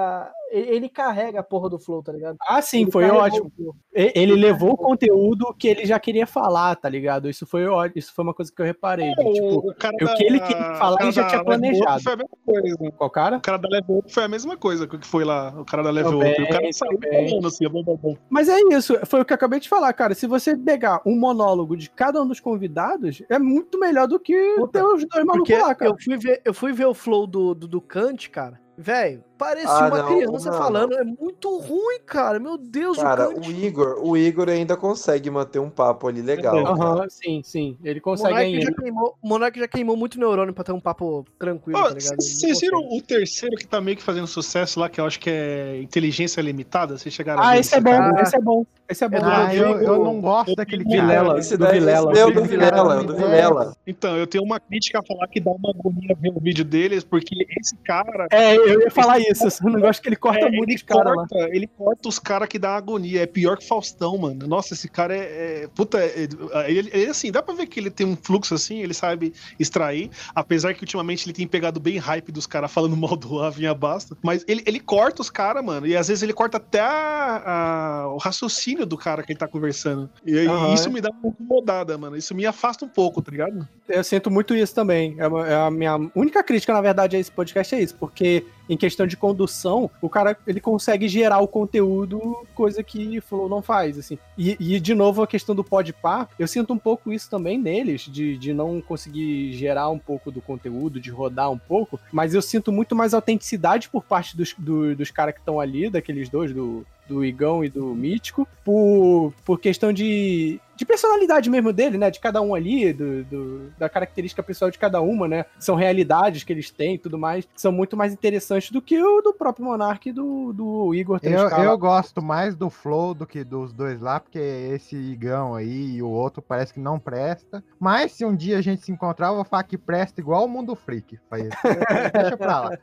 ele carrega a porra do flow, tá ligado? Ah, sim, ele foi ótimo. O ele levou o conteúdo que ele já queria falar, tá ligado? Isso foi ótimo, isso foi uma coisa que eu reparei. É, de, tipo, o, cara o da, que ele queria falar, ele já tinha planejado. Foi a mesma coisa. Qual cara? O cara da Level Up foi a mesma coisa que foi lá, o cara da Level Também, Up. O cara saiu falando assim, bom, bom, bom. Mas é isso, foi o que eu acabei de falar, cara. Se você pegar um monólogo de cada um dos convidados, é muito melhor do que Puta, ter os dois malucos porque lá, cara. Eu fui ver, eu fui ver o flow do, do, do Kant, cara. Velho, parecia Ah, uma não, criança não. falando. É muito ruim, cara. Meu Deus, Cara, o Kant. o Igor, o Igor ainda consegue manter um papo ali legal. Aham, cara. sim, sim. Ele O consegue Monark ainda. já queimou, o Monark já queimou muito neurônio pra ter um papo tranquilo, Ó, tá ligado? Ele não Vocês viram consegue. o terceiro que tá meio que fazendo sucesso lá, que eu acho que é Inteligência Limitada? Vocês chegaram a Ah, ver esse é bom, cara? esse é bom. Esse é bom. É do Ah, eu, Rodrigo- eu não gosto daquele cara. Vilela, Esse do daí Vilela. é o do Vilela, é o do Vilela. Então, eu tenho uma crítica a falar que dá uma agonia ver o vídeo deles, porque esse cara. É, eu ia falar isso. Eu não gosto que ele corta É, muito ele os caras lá. corta, ele corta os caras que dá agonia. É pior que Faustão, mano. Nossa, esse cara é. é- puta, é- é- ele, ele, assim, dá pra ver que ele tem um fluxo assim, ele sabe extrair. Apesar que ultimamente ele tem pegado bem hype dos caras falando mal do Avinha Basta. Mas ele, ele corta os caras, mano. E às vezes ele corta até a- a- o raciocínio do cara que ele tá conversando. E, e Aham, isso é. me dá uma incomodada, mano. Isso me afasta um pouco, tá ligado? Eu sinto muito isso também. É uma- é a minha única crítica, na verdade, a esse podcast é isso, porque em questão de condução, o cara ele consegue gerar o conteúdo, coisa que o Flow não faz, assim. E, e, de novo, a questão do podpar, eu sinto um pouco isso também neles, de, de não conseguir gerar um pouco do conteúdo, de rodar um pouco, mas eu sinto muito mais autenticidade por parte dos, do- dos caras que estão ali, daqueles dois, do, do Igão e do Mítico, por, por questão de, de personalidade mesmo dele, né? De cada um ali, do, do- da característica pessoal de cada uma, né? São realidades que eles têm e tudo mais, que são muito mais interessantes do que o do próprio Monark e do, do Igor Eu, três K lá. eu gosto mais do Flow do que dos dois lá, porque esse Igão aí e o outro parece que não presta. Mas se um dia a gente se encontrar, eu vou falar que presta igual o Mundo Freak. Faz- Deixa pra lá.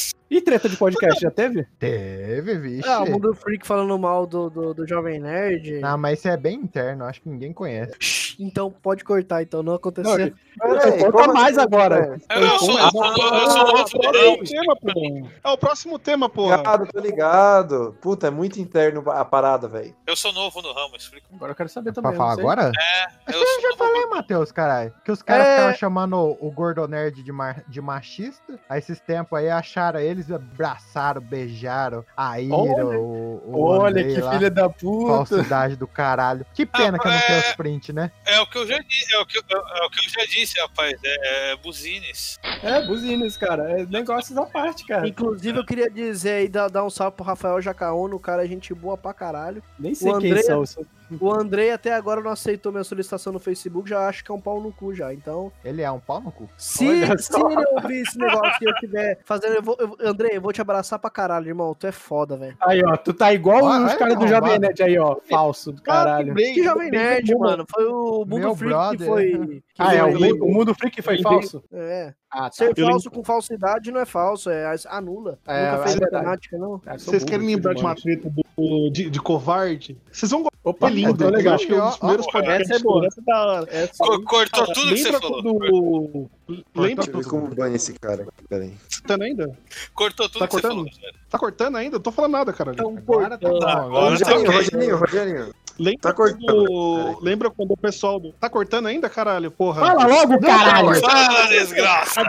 E treta de podcast, já teve? Teve, vixe. Ah, o Mundo Freak falando mal do, do, do Jovem Nerd. Não, mas isso é bem interno, acho que ninguém conhece. Então pode cortar, então não aconteceu. Não, Peraí, Conta como mais assim, agora. Eu, eu sou, eu sou, eu sou novo do É o Ramos. tema, porra. É o próximo tema, porra. Ligado, tô ligado. Puta, é muito interno a parada, velho. Eu sou novo no ramo, explica. Agora eu quero saber também. Pra falar não sei. agora? É, eu Eu sou já novo. falei, Matheus, caralho. Que os caras É. ficavam chamando o, o Gordo Nerd de, mar- de machista. Aí esses tempos aí acharam eles, abraçaram, beijaram a Ira, Olha. o, o Olha Andrei que lá. filha da puta. Falsidade do caralho. Que pena Ah, que eu não tenho é- os print, né? É o que eu já disse, é o que, eu- é o que eu já disse, rapaz. É, é buzines. É, buzinas, cara. É negócios à parte, cara. Inclusive, eu queria dizer aí, dar, dar um salve pro Rafael Jacaono, o cara é gente boa pra caralho. Nem sei O quem André- são. são- O Andrei até agora não aceitou minha solicitação no Facebook, já acho que é um pau no cu já. Então, Ele é um pau no cu. se, Olha se só. ele ouvir esse negócio e eu estiver fazendo, eu vou, eu, Andrei, eu vou te abraçar pra caralho, irmão. Tu é foda, velho. Aí, ó, tu tá igual Olha, os caras do arrombado. Jovem Nerd aí, ó. Falso do caralho. Que Jovem Nerd, mano. Foi o Meu Mundo Freak que brother. foi. que Ah, é, o, foi- Mundo- o Mundo Freak foi Lembrei- falso? É. Ah, tá. Ser Eu falso com falsidade não é falso, é anula. É, Nunca fez é verdade. matemática, não. Ah, sou Vocês burro, querem filho lembrar do de uma mano. treta do, de, de covarde? Vocês vão Opa, É lindo, tô legal. eu acho que é um dos Ó, primeiros ó, podcasts. essa é boa. Essa é da hora. É Co- Cortou Cara, tudo que você lembra falou. quando... Lembra Deixa eu ver como banha esse cara. Pera aí. cortando ainda? Cortou tudo Tá que você cortando? falou, velho. Tá cortando ainda? Não tô falando nada, cara. Então, Agora tá bom. Tá, Agora agora tá Rogerinho, ok. Rogerinho, Rogerinho. Lembra, Tá cortando, quando... peraí. Lembra quando o pessoal do... Tá cortando ainda, caralho? Porra. Fala logo, caralho! Fala, desgraça!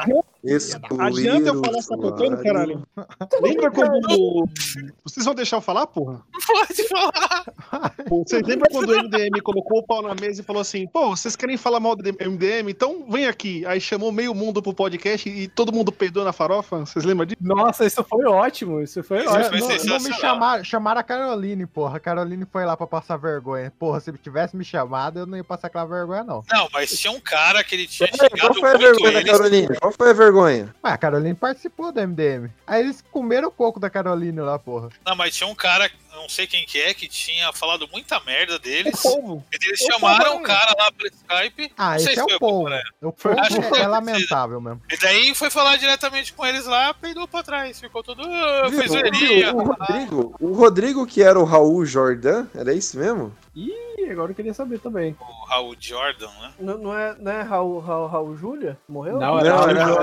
Adianta eu falar se tá cortando, caralho? Lembra quando... Vocês vão deixar eu falar, porra? Pode falar! Vocês lembram quando o M D M colocou o pau na mesa e falou assim, pô, vocês querem falar mal do M D M? Então vem aqui. Aí chamou meio mundo pro podcast e todo mundo peidou na farofa. Vocês lembram disso? Nossa, isso foi ótimo. Isso foi Isso ótimo. foi Não, não me sensacional. chamaram, chamaram a Caroline, porra. A Caroline foi lá pra passar vergonha. Porra, se tivesse me chamado, eu não ia passar aquela vergonha, não. Não, mas tinha um cara que ele tinha Peraí, qual xingado foi a muito vergonha da eles. Carolina? Qual foi a vergonha? Mas a Caroline participou do M D M. Aí eles comeram o coco da Caroline lá, porra. Não, mas tinha um cara, não sei quem que é, que tinha falado muita merda deles. O povo. E eles O chamaram povo, o cara lá pelo Skype. Ah, não esse sei se é foi o povo. né? O povo Acho que é foi. lamentável mesmo. E daí foi falar diretamente com eles lá, peidou pra trás. Ficou todo. "Ah, Viu, Foi viu, zoeirinha. o Rodrigo, o Rodrigo que era o Raul Jordan, era isso mesmo? Ih, agora eu queria saber também. O Raul Jordan, né? Não, não é, não é Raul, Raul, Raul Júlia? Morreu? Não, Não, Raul era, Jordan. era,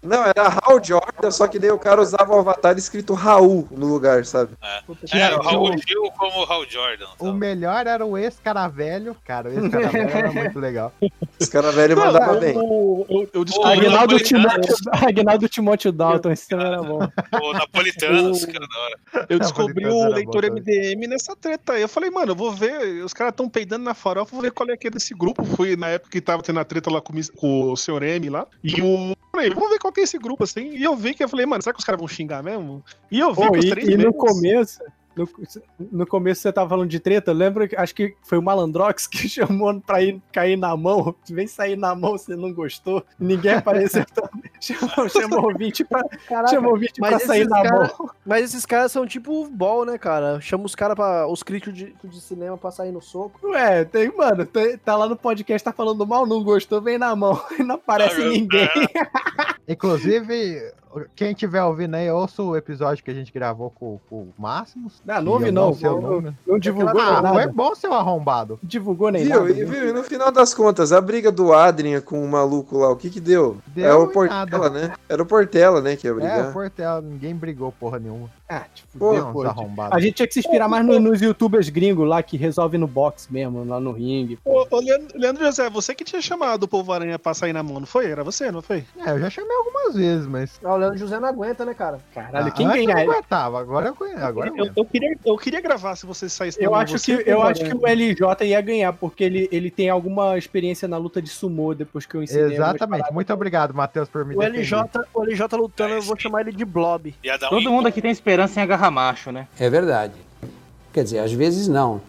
Não, era Hal Jordan, só que daí o cara usava o avatar escrito Raul no lugar, sabe? É, é o Raul Gil como o Raul Jordan. O melhor era o ex-Caravelho. Cara, o ex-Caravelho era muito legal. Esse cara velho mandava bem. Eu, eu descobri Aguinaldo Timóteo, Aguinaldo Timóteo Dalton, esse também era bom. O Napolitanos, que era da hora. Eu descobri o leitor M D M nessa treta aí. Eu falei, mano, eu vou ver, os caras estão peidando na farofa, vou ver qual é que é desse grupo. Fui na época que tava tendo a treta lá com, com o senhor M lá. E o. Falei, vamos ver qual que é esse grupo assim. E eu vi que eu falei, mano, será que os caras vão xingar mesmo? E eu vi Pô, que os e, três e meses... no começo. No, no começo você tava falando de treta, lembra que acho que foi o Malandrox que chamou pra ir cair na mão, vem sair na mão, você não gostou, ninguém apareceu também, chamou, chamou o vinte pra, Caraca, chamou o vinte pra sair na cara, mão. Mas esses caras são tipo ball, né, cara? Chama os caras pra. Os críticos de, de cinema pra sair no soco. Ué, tem, mano, tem, tá lá no podcast, tá falando mal, não gostou, vem na mão, e não aparece ninguém. Inclusive, quem tiver ouvindo aí, ouça o episódio que a gente gravou com, com o Máximos. Não, não ouvi não, seu não, nome. não divulgou ah, nada. Foi bom seu arrombado. Divulgou nem Viu, nada. e, viu, e no final das contas, a briga do Adrian com o maluco lá, o que que deu? Deu é o em Portela, nada. né? Era o Portela, né, que ia É, brigar. o Portela, ninguém brigou porra nenhuma. Ah, tipo, Pô, deu, uns pô, arrombados. a gente tinha que se inspirar mais no- nos youtubers gringos lá que resolvem no box mesmo, lá no ringue. Ô, ô, Leandro, Leandro José, você que tinha chamado o Povo Aranha pra sair na mão, não foi? Era você, não foi? É, eu já chamei algumas vezes, mas. Ah, o Leandro José não aguenta, né, cara? Caralho, Ah, quem antes eu ganhar? não aguentava, agora eu conheço. Agora eu Eu, conheço. eu queria, eu queria gravar se você saísse na Eu mão, acho, você que, e o eu Povo acho que Aranha. o L J ia ganhar, porque ele, ele tem alguma experiência na luta de sumô depois que eu ensinei. algumas Exatamente. paradas. Muito obrigado, Matheus, por me O defender. L J, o L J lutando, eu vou chamar ele de Blob. Ia dar um Todo mundo aqui tem esperança em agarrar macho, né? É verdade. Quer dizer, às vezes não.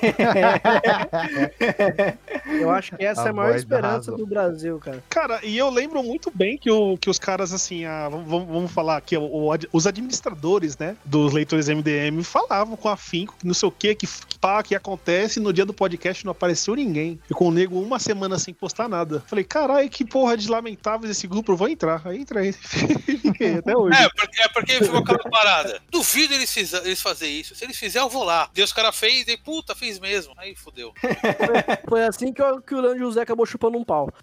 Eu acho que essa A é a maior voz da esperança razão. do Brasil, cara. Cara, e eu lembro muito bem que, o, que os caras, assim, a, vamos, vamos falar aqui, o, o ad- os administradores, né, dos leitores M D M falavam com afinco que não sei o que, que pá, que acontece, e no dia do podcast não apareceu ninguém. E com o nego uma semana sem postar nada. Falei, caralho, que porra de lamentáveis esse grupo, eu vou entrar. Aí entrei. Fiquei até hoje. É, porque, é porque ficou aquela parada. Duvido eles, fiz, eles fazer isso. Se eles fizerem, eu vou lá. Deus, o cara fez e puta, fez mesmo. Aí fudeu. Foi assim que, o- que o Leandro José acabou chupando um pau.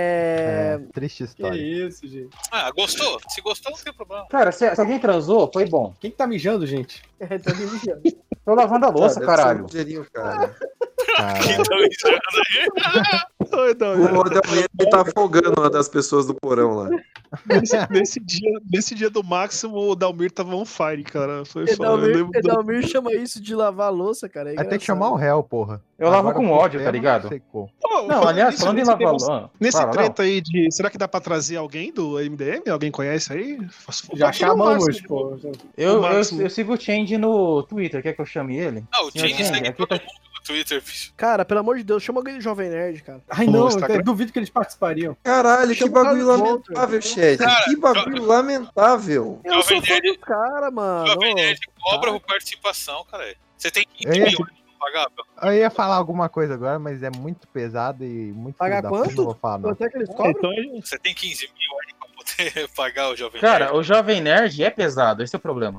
É. É, triste Que história. isso, gente. Ah, gostou? Se gostou, não tem problema. Cara, se, se alguém transou, foi bom. Quem que tá mijando, gente? É, tá me mijando. Tô lavando a louça, Ah, deve caralho. ser um dinheirinho, cara. Quem tá mijando aí? Ai, não, O Adelmir ele tá afogando uma das pessoas do porão lá. nesse, nesse dia, nesse dia do Máximo, o Dalmir tava on fire, cara. Foi foda. Eu Edalmir, lembro do- Edalmir chama isso de lavar a louça, cara. É Vai ter que engraçado. chamar o réu, porra. Eu lavo Agora com o ódio, tá tema ligado? secou. Pô, Não, aliás, nesse- falando em nesse lavar negócio- louça. Nesse Fala, não. treta aí de. Será que dá pra trazer alguém do M D M? Alguém conhece aí? Já chamamos, Máximo, pô. O Eu, eu, Máximo. eu sigo o Change no Twitter, quer que eu chame ele? Ah, o Senhor Change Change, segue aqui todo tá- mundo no Twitter, bicho. Cara, pelo amor de Deus, chama alguém de Jovem Nerd, cara. Ai, Pô, não, Instagram. eu duvido que eles participariam. Caralho, que Chama o bagulho Carlos lamentável, chat. Cara, Que bagulho lamentável. Eu sou Jovem fã Nerd. dos caras, mano. Jovem Nerd cobra Tá. por participação, cara. Você tem quinze É. milhões pra pagar, meu. Eu ia falar alguma coisa agora, mas é muito pesado e muito Pagar filho da puta, quanto? não vou falar, não. Quanto é que eles É, cobram? então é- Você tem quinze mil aí pra poder pagar o Jovem Cara, Nerd. o Jovem Nerd é pesado, esse é o problema.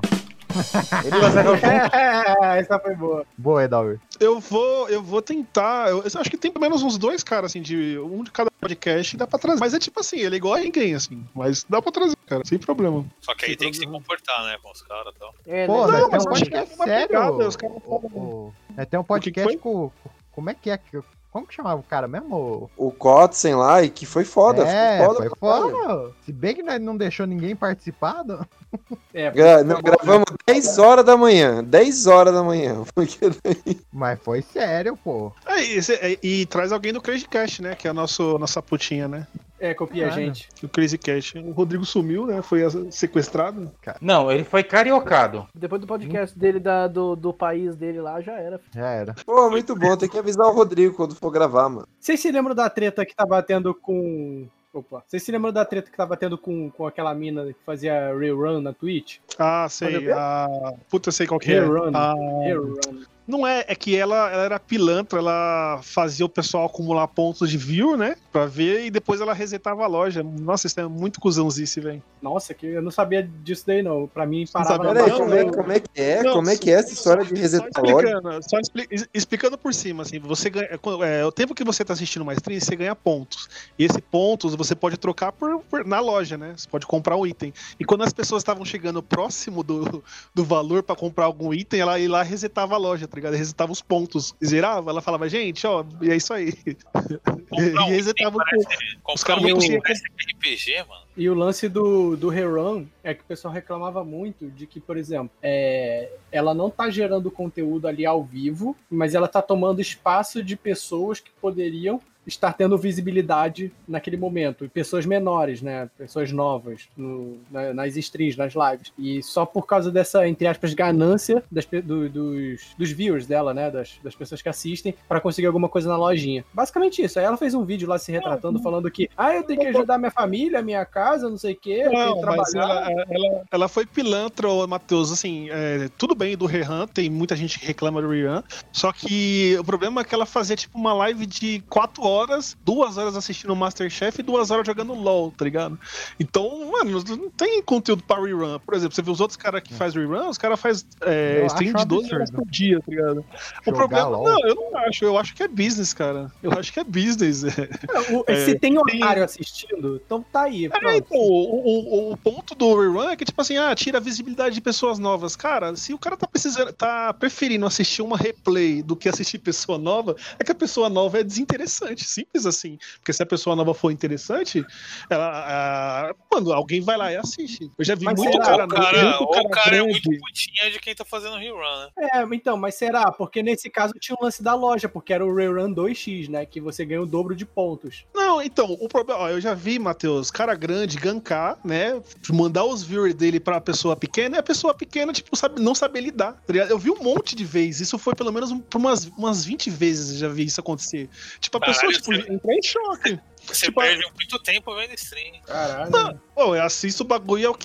Ele vai sacar o junto. É, essa foi boa. Boa, Edalver. Eu vou, eu vou tentar. Eu, eu acho que tem pelo menos uns dois caras, assim, de um de cada podcast, dá pra trazer. Mas é tipo assim, ele é igual a ninguém, assim. Mas dá pra trazer, cara, sem problema. Só que aí tem que se comportar, né, com os caras e tal. É, Pô, né? nós Não, temos mas um eu acho que podcast é uma sério. pegada, os caras o- falam- o- Nós temos um O que que podcast foi? com. Como é que é? que- Como que chamava o cara mesmo? O Kotzen lá, e que foi foda. É, foi foda. foi pra caralho. foda. Se bem que nós não deixou ninguém participar. Não. É, Gra- não, gravamos dez horas da manhã. dez horas da manhã. Porque daí... Mas foi sério, pô. É, e, cê- é, e traz alguém do Crazy Cast, né? Que é a nosso, nossa putinha, né? é copia a Caralho. gente. O Crazy Cast. O Rodrigo sumiu, né? Foi sequestrado. Não, ele foi cariocado. Depois do podcast dele, da, do, do país dele lá, já era. Já era. Pô, muito bom. Tem que avisar o Rodrigo quando for gravar, mano. Vocês se lembram da treta que tava tendo com. Opa. Vocês se lembram da treta que tava tendo com, com aquela mina que fazia rerun na Twitch? Ah, sei. Olha, A... Puta, sei qual que é. Rerun. A... Rerun. Não é, é que ela, ela era pilantra, ela fazia o pessoal acumular pontos de view, né? Pra ver, e depois ela resetava a loja. Nossa, isso é muito cuzãozice, velho. Nossa, que eu não sabia disso daí, não. Pra mim, parava Peraí, como, é, como é que é? Não, como é que é essa história de resetar a loja? Explicando, só expli explicando por cima, assim, você ganha, é, o tempo que você tá assistindo uma stream, você ganha pontos. E esses pontos você pode trocar por, por, na loja, né? Você pode comprar um item. E quando as pessoas estavam chegando próximo do, do valor pra comprar algum item, ela ia lá e resetava a loja, tá ligado? Resetava os pontos. E zerava, ela falava, gente, ó, e é isso aí. E, e resetava o ponto. Os caras não tinham R P G, mano. E o lance do, do rerun é que o pessoal reclamava muito de que, por exemplo, é, ela não tá gerando conteúdo ali ao vivo, mas ela tá tomando espaço de pessoas que poderiam estar tendo visibilidade naquele momento. E pessoas menores, né? Pessoas novas no, na, nas streams, nas lives. E só por causa dessa, entre aspas, ganância das, do, dos, dos viewers dela, né? Das, das pessoas que assistem, pra conseguir alguma coisa na lojinha. Basicamente isso. Aí ela fez um vídeo lá se retratando, falando que ah, eu tenho que ajudar minha família, minha casa, não sei o quê. Não, mas ela, ela, ela foi pilantra, Matheus. Assim, é, tudo bem do rerun, tem muita gente que reclama do rerun, só que o problema é que ela fazia tipo uma live de quatro horas horas, duas horas assistindo o Masterchef e duas horas jogando LOL, tá ligado? Então, mano, não tem conteúdo pra rerun. Por exemplo, você vê os outros caras que fazem rerun, os caras fazem é, stream de doze horas por dia, tá ligado? O Jogar problema, LOL. Não, eu não acho, eu acho que é business, cara. Eu acho que é business. É, o, é, se tem otário assistindo, então tá aí. É, então, o, o, o ponto do rerun é que, tipo assim, ah, tira a visibilidade de pessoas novas. Cara, se o cara tá precisando, tá preferindo assistir uma replay do que assistir pessoa nova, é que a pessoa nova é desinteressante. Simples assim. Porque se a pessoa nova for interessante, ela, a, mano, alguém vai lá e assiste. Eu já vi mas muito será? cara... O cara, muito o cara, cara é grande. muito putinha de quem tá fazendo rerun, né? É, então, mas será? Porque nesse caso tinha um lance da loja, porque era o rerun dois x, né? Que você ganha o dobro de pontos. Não, então, o problema... Ó, eu já vi, Matheus, cara grande gankar, né? Mandar os viewers dele pra pessoa pequena, e a pessoa pequena, tipo, sabe, não saber lidar. Tá ligado? Eu vi um monte de vezes. Isso foi pelo menos por umas, umas vinte vezes eu já vi isso acontecer. Tipo, a pessoa, tipo, entrar em choque. Você tipo, perde muito tempo vendo stream. Caralho. Não, pô, eu assisto o bagulho, é o que?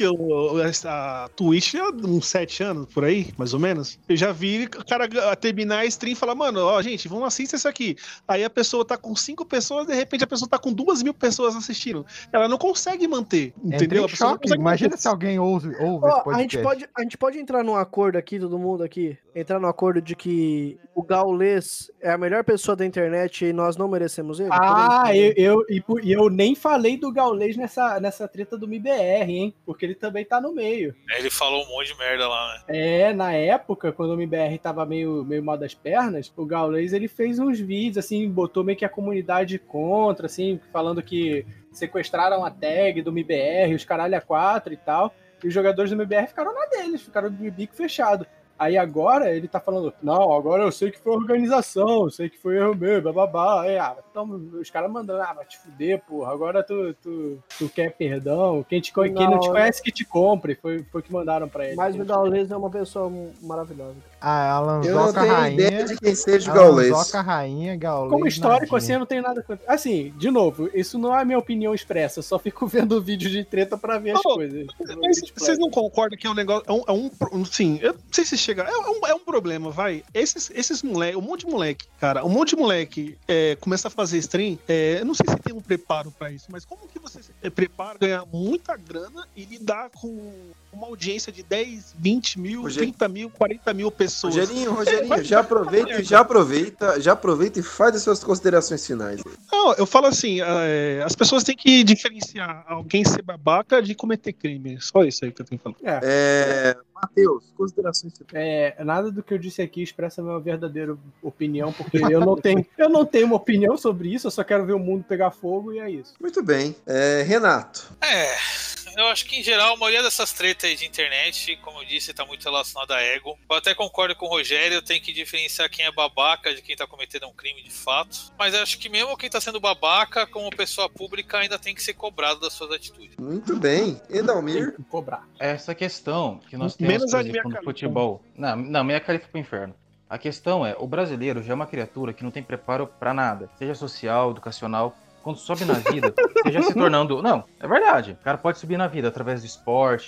A Twitch há uns sete anos, por aí, mais ou menos. Eu já vi o cara terminar a stream e falar, mano, ó, gente, vamos assistir isso aqui. Aí a pessoa tá com cinco pessoas, de repente a pessoa tá com duas mil pessoas assistindo. Ela não consegue manter, entendeu? A pessoa não consegue Imagina manter. se alguém ouve, ouve Ó, a, gente pode, a gente pode entrar num acordo aqui, todo mundo aqui, entrar num acordo de que o Gaules é a melhor pessoa da internet e nós não merecemos ele? Ah, eu, eu, e, e eu nem falei do Gaules nessa, nessa treta do M B R, hein? Porque ele também tá no meio. É, ele falou um monte de merda lá, né? É, na época, quando o M B R tava meio, meio mal das pernas, o Gaules, ele fez uns vídeos, assim, botou meio que a comunidade contra, assim, falando que sequestraram a tag do M B R, os caralho a quatro e tal, e os jogadores do M B R ficaram na deles, ficaram de bico fechado. Aí agora ele tá falando, não, agora eu sei que foi organização, eu sei que foi erro meu, bababá. Aí, ah, então os caras mandando, ah, vai te fuder, porra, agora tu, tu, tu quer perdão, quem, te, quem não, não te conhece que te compre, foi o que mandaram pra ele. Mas o Gaules é uma pessoa maravilhosa. Ah, a Lanzoca eu não tenho Rainha, ideia de quem seja o Gaules. Lanzoca Rainha, Gaules. Como histórico, nadinha. assim, eu não tenho nada contra. Assim, de novo, isso não é a minha opinião expressa, eu só fico vendo vídeo de treta pra ver as oh, coisas. Mas vocês não concordam que é um negócio. É um. É um sim, eu não sei se chega. É um, é um problema, vai. Esses, esses moleques, um monte de moleque, cara, um monte de moleque é, começa a fazer stream. É, eu não sei se tem um preparo pra isso, mas como que você se prepara, ganhar muita grana e lidar com uma audiência de dez, vinte mil, Rogério, trinta mil, quarenta mil pessoas? Rogerinho, Rogerinho, é, já aproveita, já aproveita, já aproveita e faz as suas considerações finais. Não, eu falo assim, é, as pessoas têm que diferenciar alguém ser babaca de cometer crime. Só isso aí que eu tenho que falar. É. É, Matheus, considerações finais. É, nada do que eu disse aqui expressa a minha verdadeira opinião, porque eu não tenho, eu não tenho uma opinião sobre isso, eu só quero ver o mundo pegar fogo e é isso. Muito bem. É, Renato. É, eu acho que em geral a maioria dessas tretas aí de internet, como eu disse, tá muito relacionada a ego. Eu até concordo com o Rogério, tem que diferenciar quem é babaca de quem tá cometendo um crime de fato. Mas eu acho que mesmo quem tá sendo babaca, como pessoa pública, ainda tem que ser cobrado das suas atitudes. Muito bem. Edalmir? Tem que cobrar. Essa questão que nós temos, Menos por a exemplo, minha no futebol. Não, não, minha califa pro inferno. A questão é, o brasileiro já é uma criatura que não tem preparo pra nada, seja social, educacional. Quando sobe na vida, você já se tornando... Não, é verdade. O cara pode subir na vida através do esporte,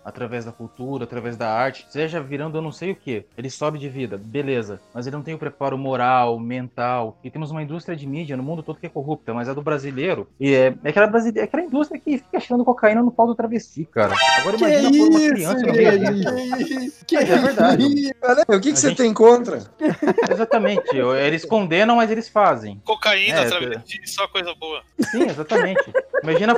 através da cultura, através da arte, seja virando eu não sei o que. Ele sobe de vida, beleza. Mas ele não tem o preparo moral, mental. E temos uma indústria de mídia no mundo todo que é corrupta, mas a do brasileiro e é, é, aquela, brasileira, é aquela indústria que fica achando cocaína no pau do travesti, cara. Agora Que imagina por uma isso, criança no que meio isso, que Mas é verdade. Olha, o que, que A você gente- tem contra? Exatamente. Eles condenam, mas eles fazem. Cocaína, É, travesti, só coisa boa. Sim, exatamente. Imagina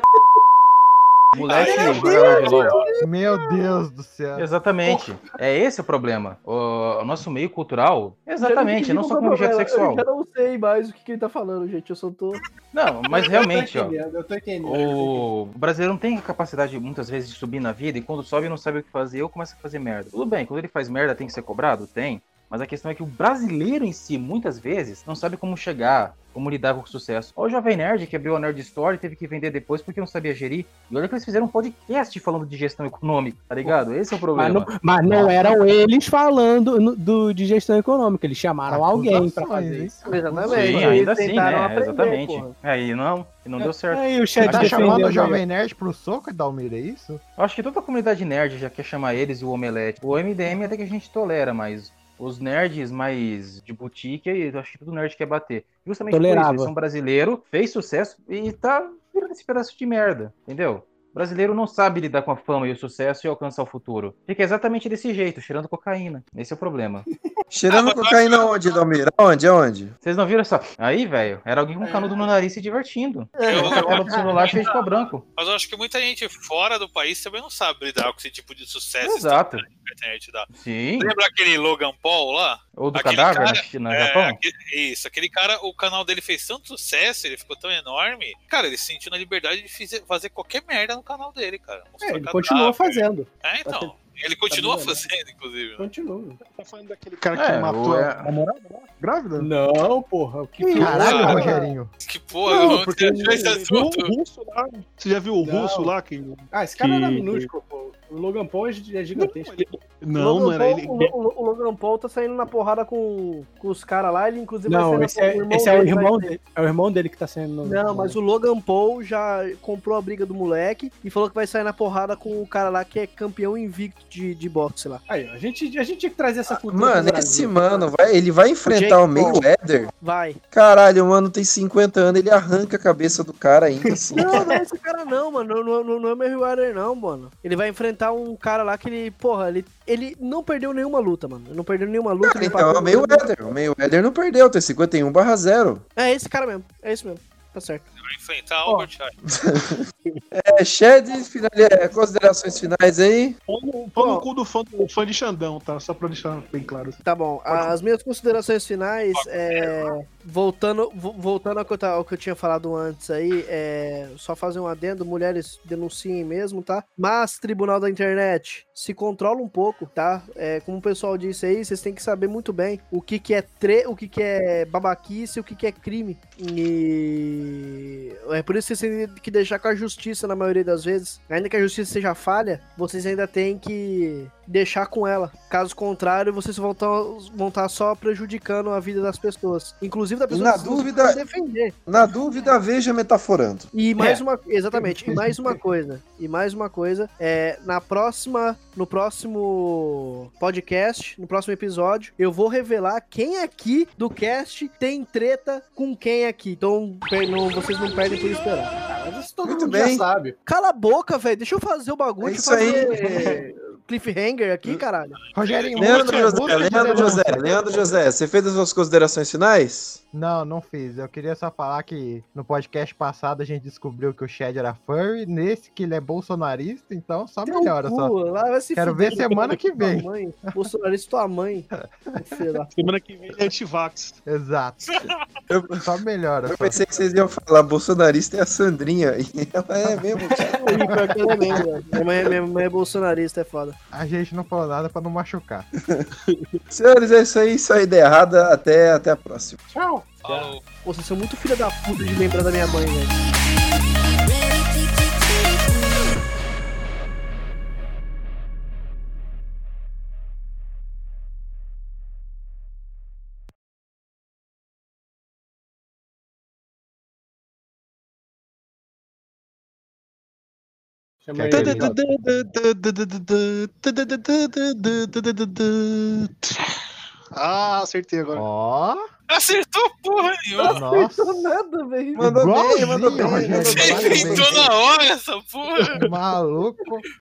moleque jogador de LOL. Meu Deus do céu. Exatamente. É esse o problema. O, o nosso meio cultural, exatamente, Já não entendi só qual como é o objeto problema. sexual. Eu já não sei mais o que, que ele tá falando, gente. Eu só tô. Não, mas realmente, eu ó. tô entendendo, eu tô entendendo. O brasileiro não tem a capacidade, muitas vezes, de subir na vida e quando sobe não sabe o que fazer ou começa a fazer merda. Tudo bem, quando ele faz merda tem que ser cobrado? Tem. Mas a questão é que o brasileiro em si, muitas vezes, não sabe como chegar, como lidar com o sucesso. Olha o Jovem Nerd, que abriu a Nerd Store e teve que vender depois porque não sabia gerir. E olha que eles fizeram um podcast falando de gestão econômica, tá ligado? Esse é o problema. Mas não, mas não eram eles falando no- do, de gestão econômica, eles chamaram alguém pra fazer isso. Exatamente. Sim, Eles ainda assim, tentaram né? aprender, Exatamente. porra. Aí não, e não deu certo. Aí o chat Tá chamando defendendo o aí, Jovem ó. Nerd pro soco, Dalmir, é isso? Eu acho que toda a comunidade nerd já quer chamar eles e o Omelete. O M D M até que a gente tolera, mas os nerds mais de boutique, eu acho que todo nerd quer bater. Justamente por isso, Tolerava. eles são brasileiro, fez sucesso e tá virando esse pedaço de merda, entendeu? O brasileiro não sabe lidar com a fama e o sucesso e alcançar o futuro. Fica exatamente desse jeito, cheirando cocaína. Esse é o problema. Cheirando cocaína onde, Dalmir? Aonde, aonde? Vocês não viram essa? Aí, velho, era alguém com canudo no nariz se divertindo. Eu- Com a tela do celular cheia de pó branco. Mas eu acho que muita gente fora do país também não sabe lidar com esse tipo de sucesso Exato. que a internet dá. Sim. Lembra aquele Logan Paul lá? Ou do Aquele cadáver cara- na China, no é, Japão? aquele- isso, aquele cara, o canal dele fez tanto sucesso, ele ficou tão enorme. Cara, ele se sentiu na liberdade de fize- fazer qualquer merda no canal dele, cara. Mostrar É, ele cadáver. continua fazendo. É, então. Ele continua vendo? fazendo, inclusive. Continua. Tá falando daquele cara que É, matou o- a namorada lá? Grávida? Não, porra. O que que Caralho, Ah, Rogerinho. Que porra, Não, eu porque não tinha esse o, o assunto. russo lá. Você já viu o Não. russo lá? Que... Ah, esse cara que- era minúsculo, pô. O Logan Paul é gigantesco. Não, o não Logan era Paul, ele. O, Lo- o Logan Paul tá saindo na porrada com, com os caras lá. Ele, inclusive, vai Não, sair na esse é, porrada com esse é o dele, irmão vai- dele. É o irmão dele que tá sendo. Não, mas o Logan Paul já comprou a briga do moleque e falou que vai sair na porrada com o cara lá que é campeão invicto de, de boxe lá. Aí, ó, a gente, a gente tinha que trazer essa cultura. Mano, pro esse Brasil. mano, vai, ele vai enfrentar o, Jake Paul. Mayweather? Vai. Caralho, o mano tem cinquenta anos, ele arranca a cabeça do cara ainda assim. Não, não é esse cara não, mano. Não, não, não é o Mayweather não, mano. Ele vai enfrentar um cara lá que ele, porra, ele, ele não perdeu nenhuma luta, mano. Ele não perdeu nenhuma luta. Cara, ele então é o empatou- Mayweather. O Mayweather não perdeu, tem cinquenta e um barra zero. É esse cara mesmo. É esse mesmo. Tá certo. Ele vai enfrentar Albert Einstein. É, Shed, final- é, considerações finais aí. Pau no, pau no cu do fã, do fã de Xandão, tá? Só pra deixar bem claro. Tá bom. As minhas considerações finais, é, voltando, vo- voltando ao que, eu, ta- ao que eu tinha falado antes aí, é, só fazer um adendo, mulheres denunciem mesmo, tá? Mas, Tribunal da Internet, se controla um pouco, tá? É, como o pessoal disse aí, vocês têm que saber muito bem o que que é tre, o que que é babaquice, o que que é crime. E é por isso que vocês têm que deixar com a justiça na maioria das vezes. Ainda que a justiça seja falha, vocês ainda têm que deixar com ela. Caso contrário, vocês vão estar vão tá só prejudicando a vida das pessoas. Inclusive da pessoa Na que vocês dúvida- podem defender. Na dúvida, veja metaforando. E mais É. uma, exatamente, e mais uma coisa, e mais uma coisa, é, na próxima, no próximo podcast, no próximo episódio, eu vou revelar quem aqui do cast tem treta com quem aqui. Então, per- não- vocês não perdem por esperar. Mas isso todo Muito mundo bem. já sabe. Cala a boca, velho, deixa eu fazer o bagulho, É deixa eu isso aí. fazer cliffhanger aqui, caralho. Rogerinho, Leandro música- José, música de Leandro denúncia. José, Leandro José, você fez as suas considerações finais? Não, não fiz. Eu queria só falar que no podcast passado a gente descobriu que o Shed era furry, nesse que ele é bolsonarista, então só Teu melhora. cu, Só. lá vai se Quero fuder, ver semana que tua vem. mãe, Bolsonarista tua mãe. Sei lá. Semana que vem ele é antivax. Exato. Eu, Só melhora. eu Só. pensei que vocês iam falar bolsonarista é a Sandrinha. E ela é mesmo, cara. Ih, pior que ela é mesmo, velho. Minha mãe, minha mãe é bolsonarista, é foda. A gente não falou nada pra não machucar. Senhores, é isso aí. Só ideia errada. Até, até a próxima. Tchau. Falou. Pô, vocês são muito filha da puta de lembrar da minha mãe, velho. Chama ele aí. Ah, acertei agora. Ó. Acertou porra nenhuma. Nossa. Não nada, velho. Mandou bem, mandou bem. Igualzinho, Mandou Você bem. inventou na hora essa porra. Maluco.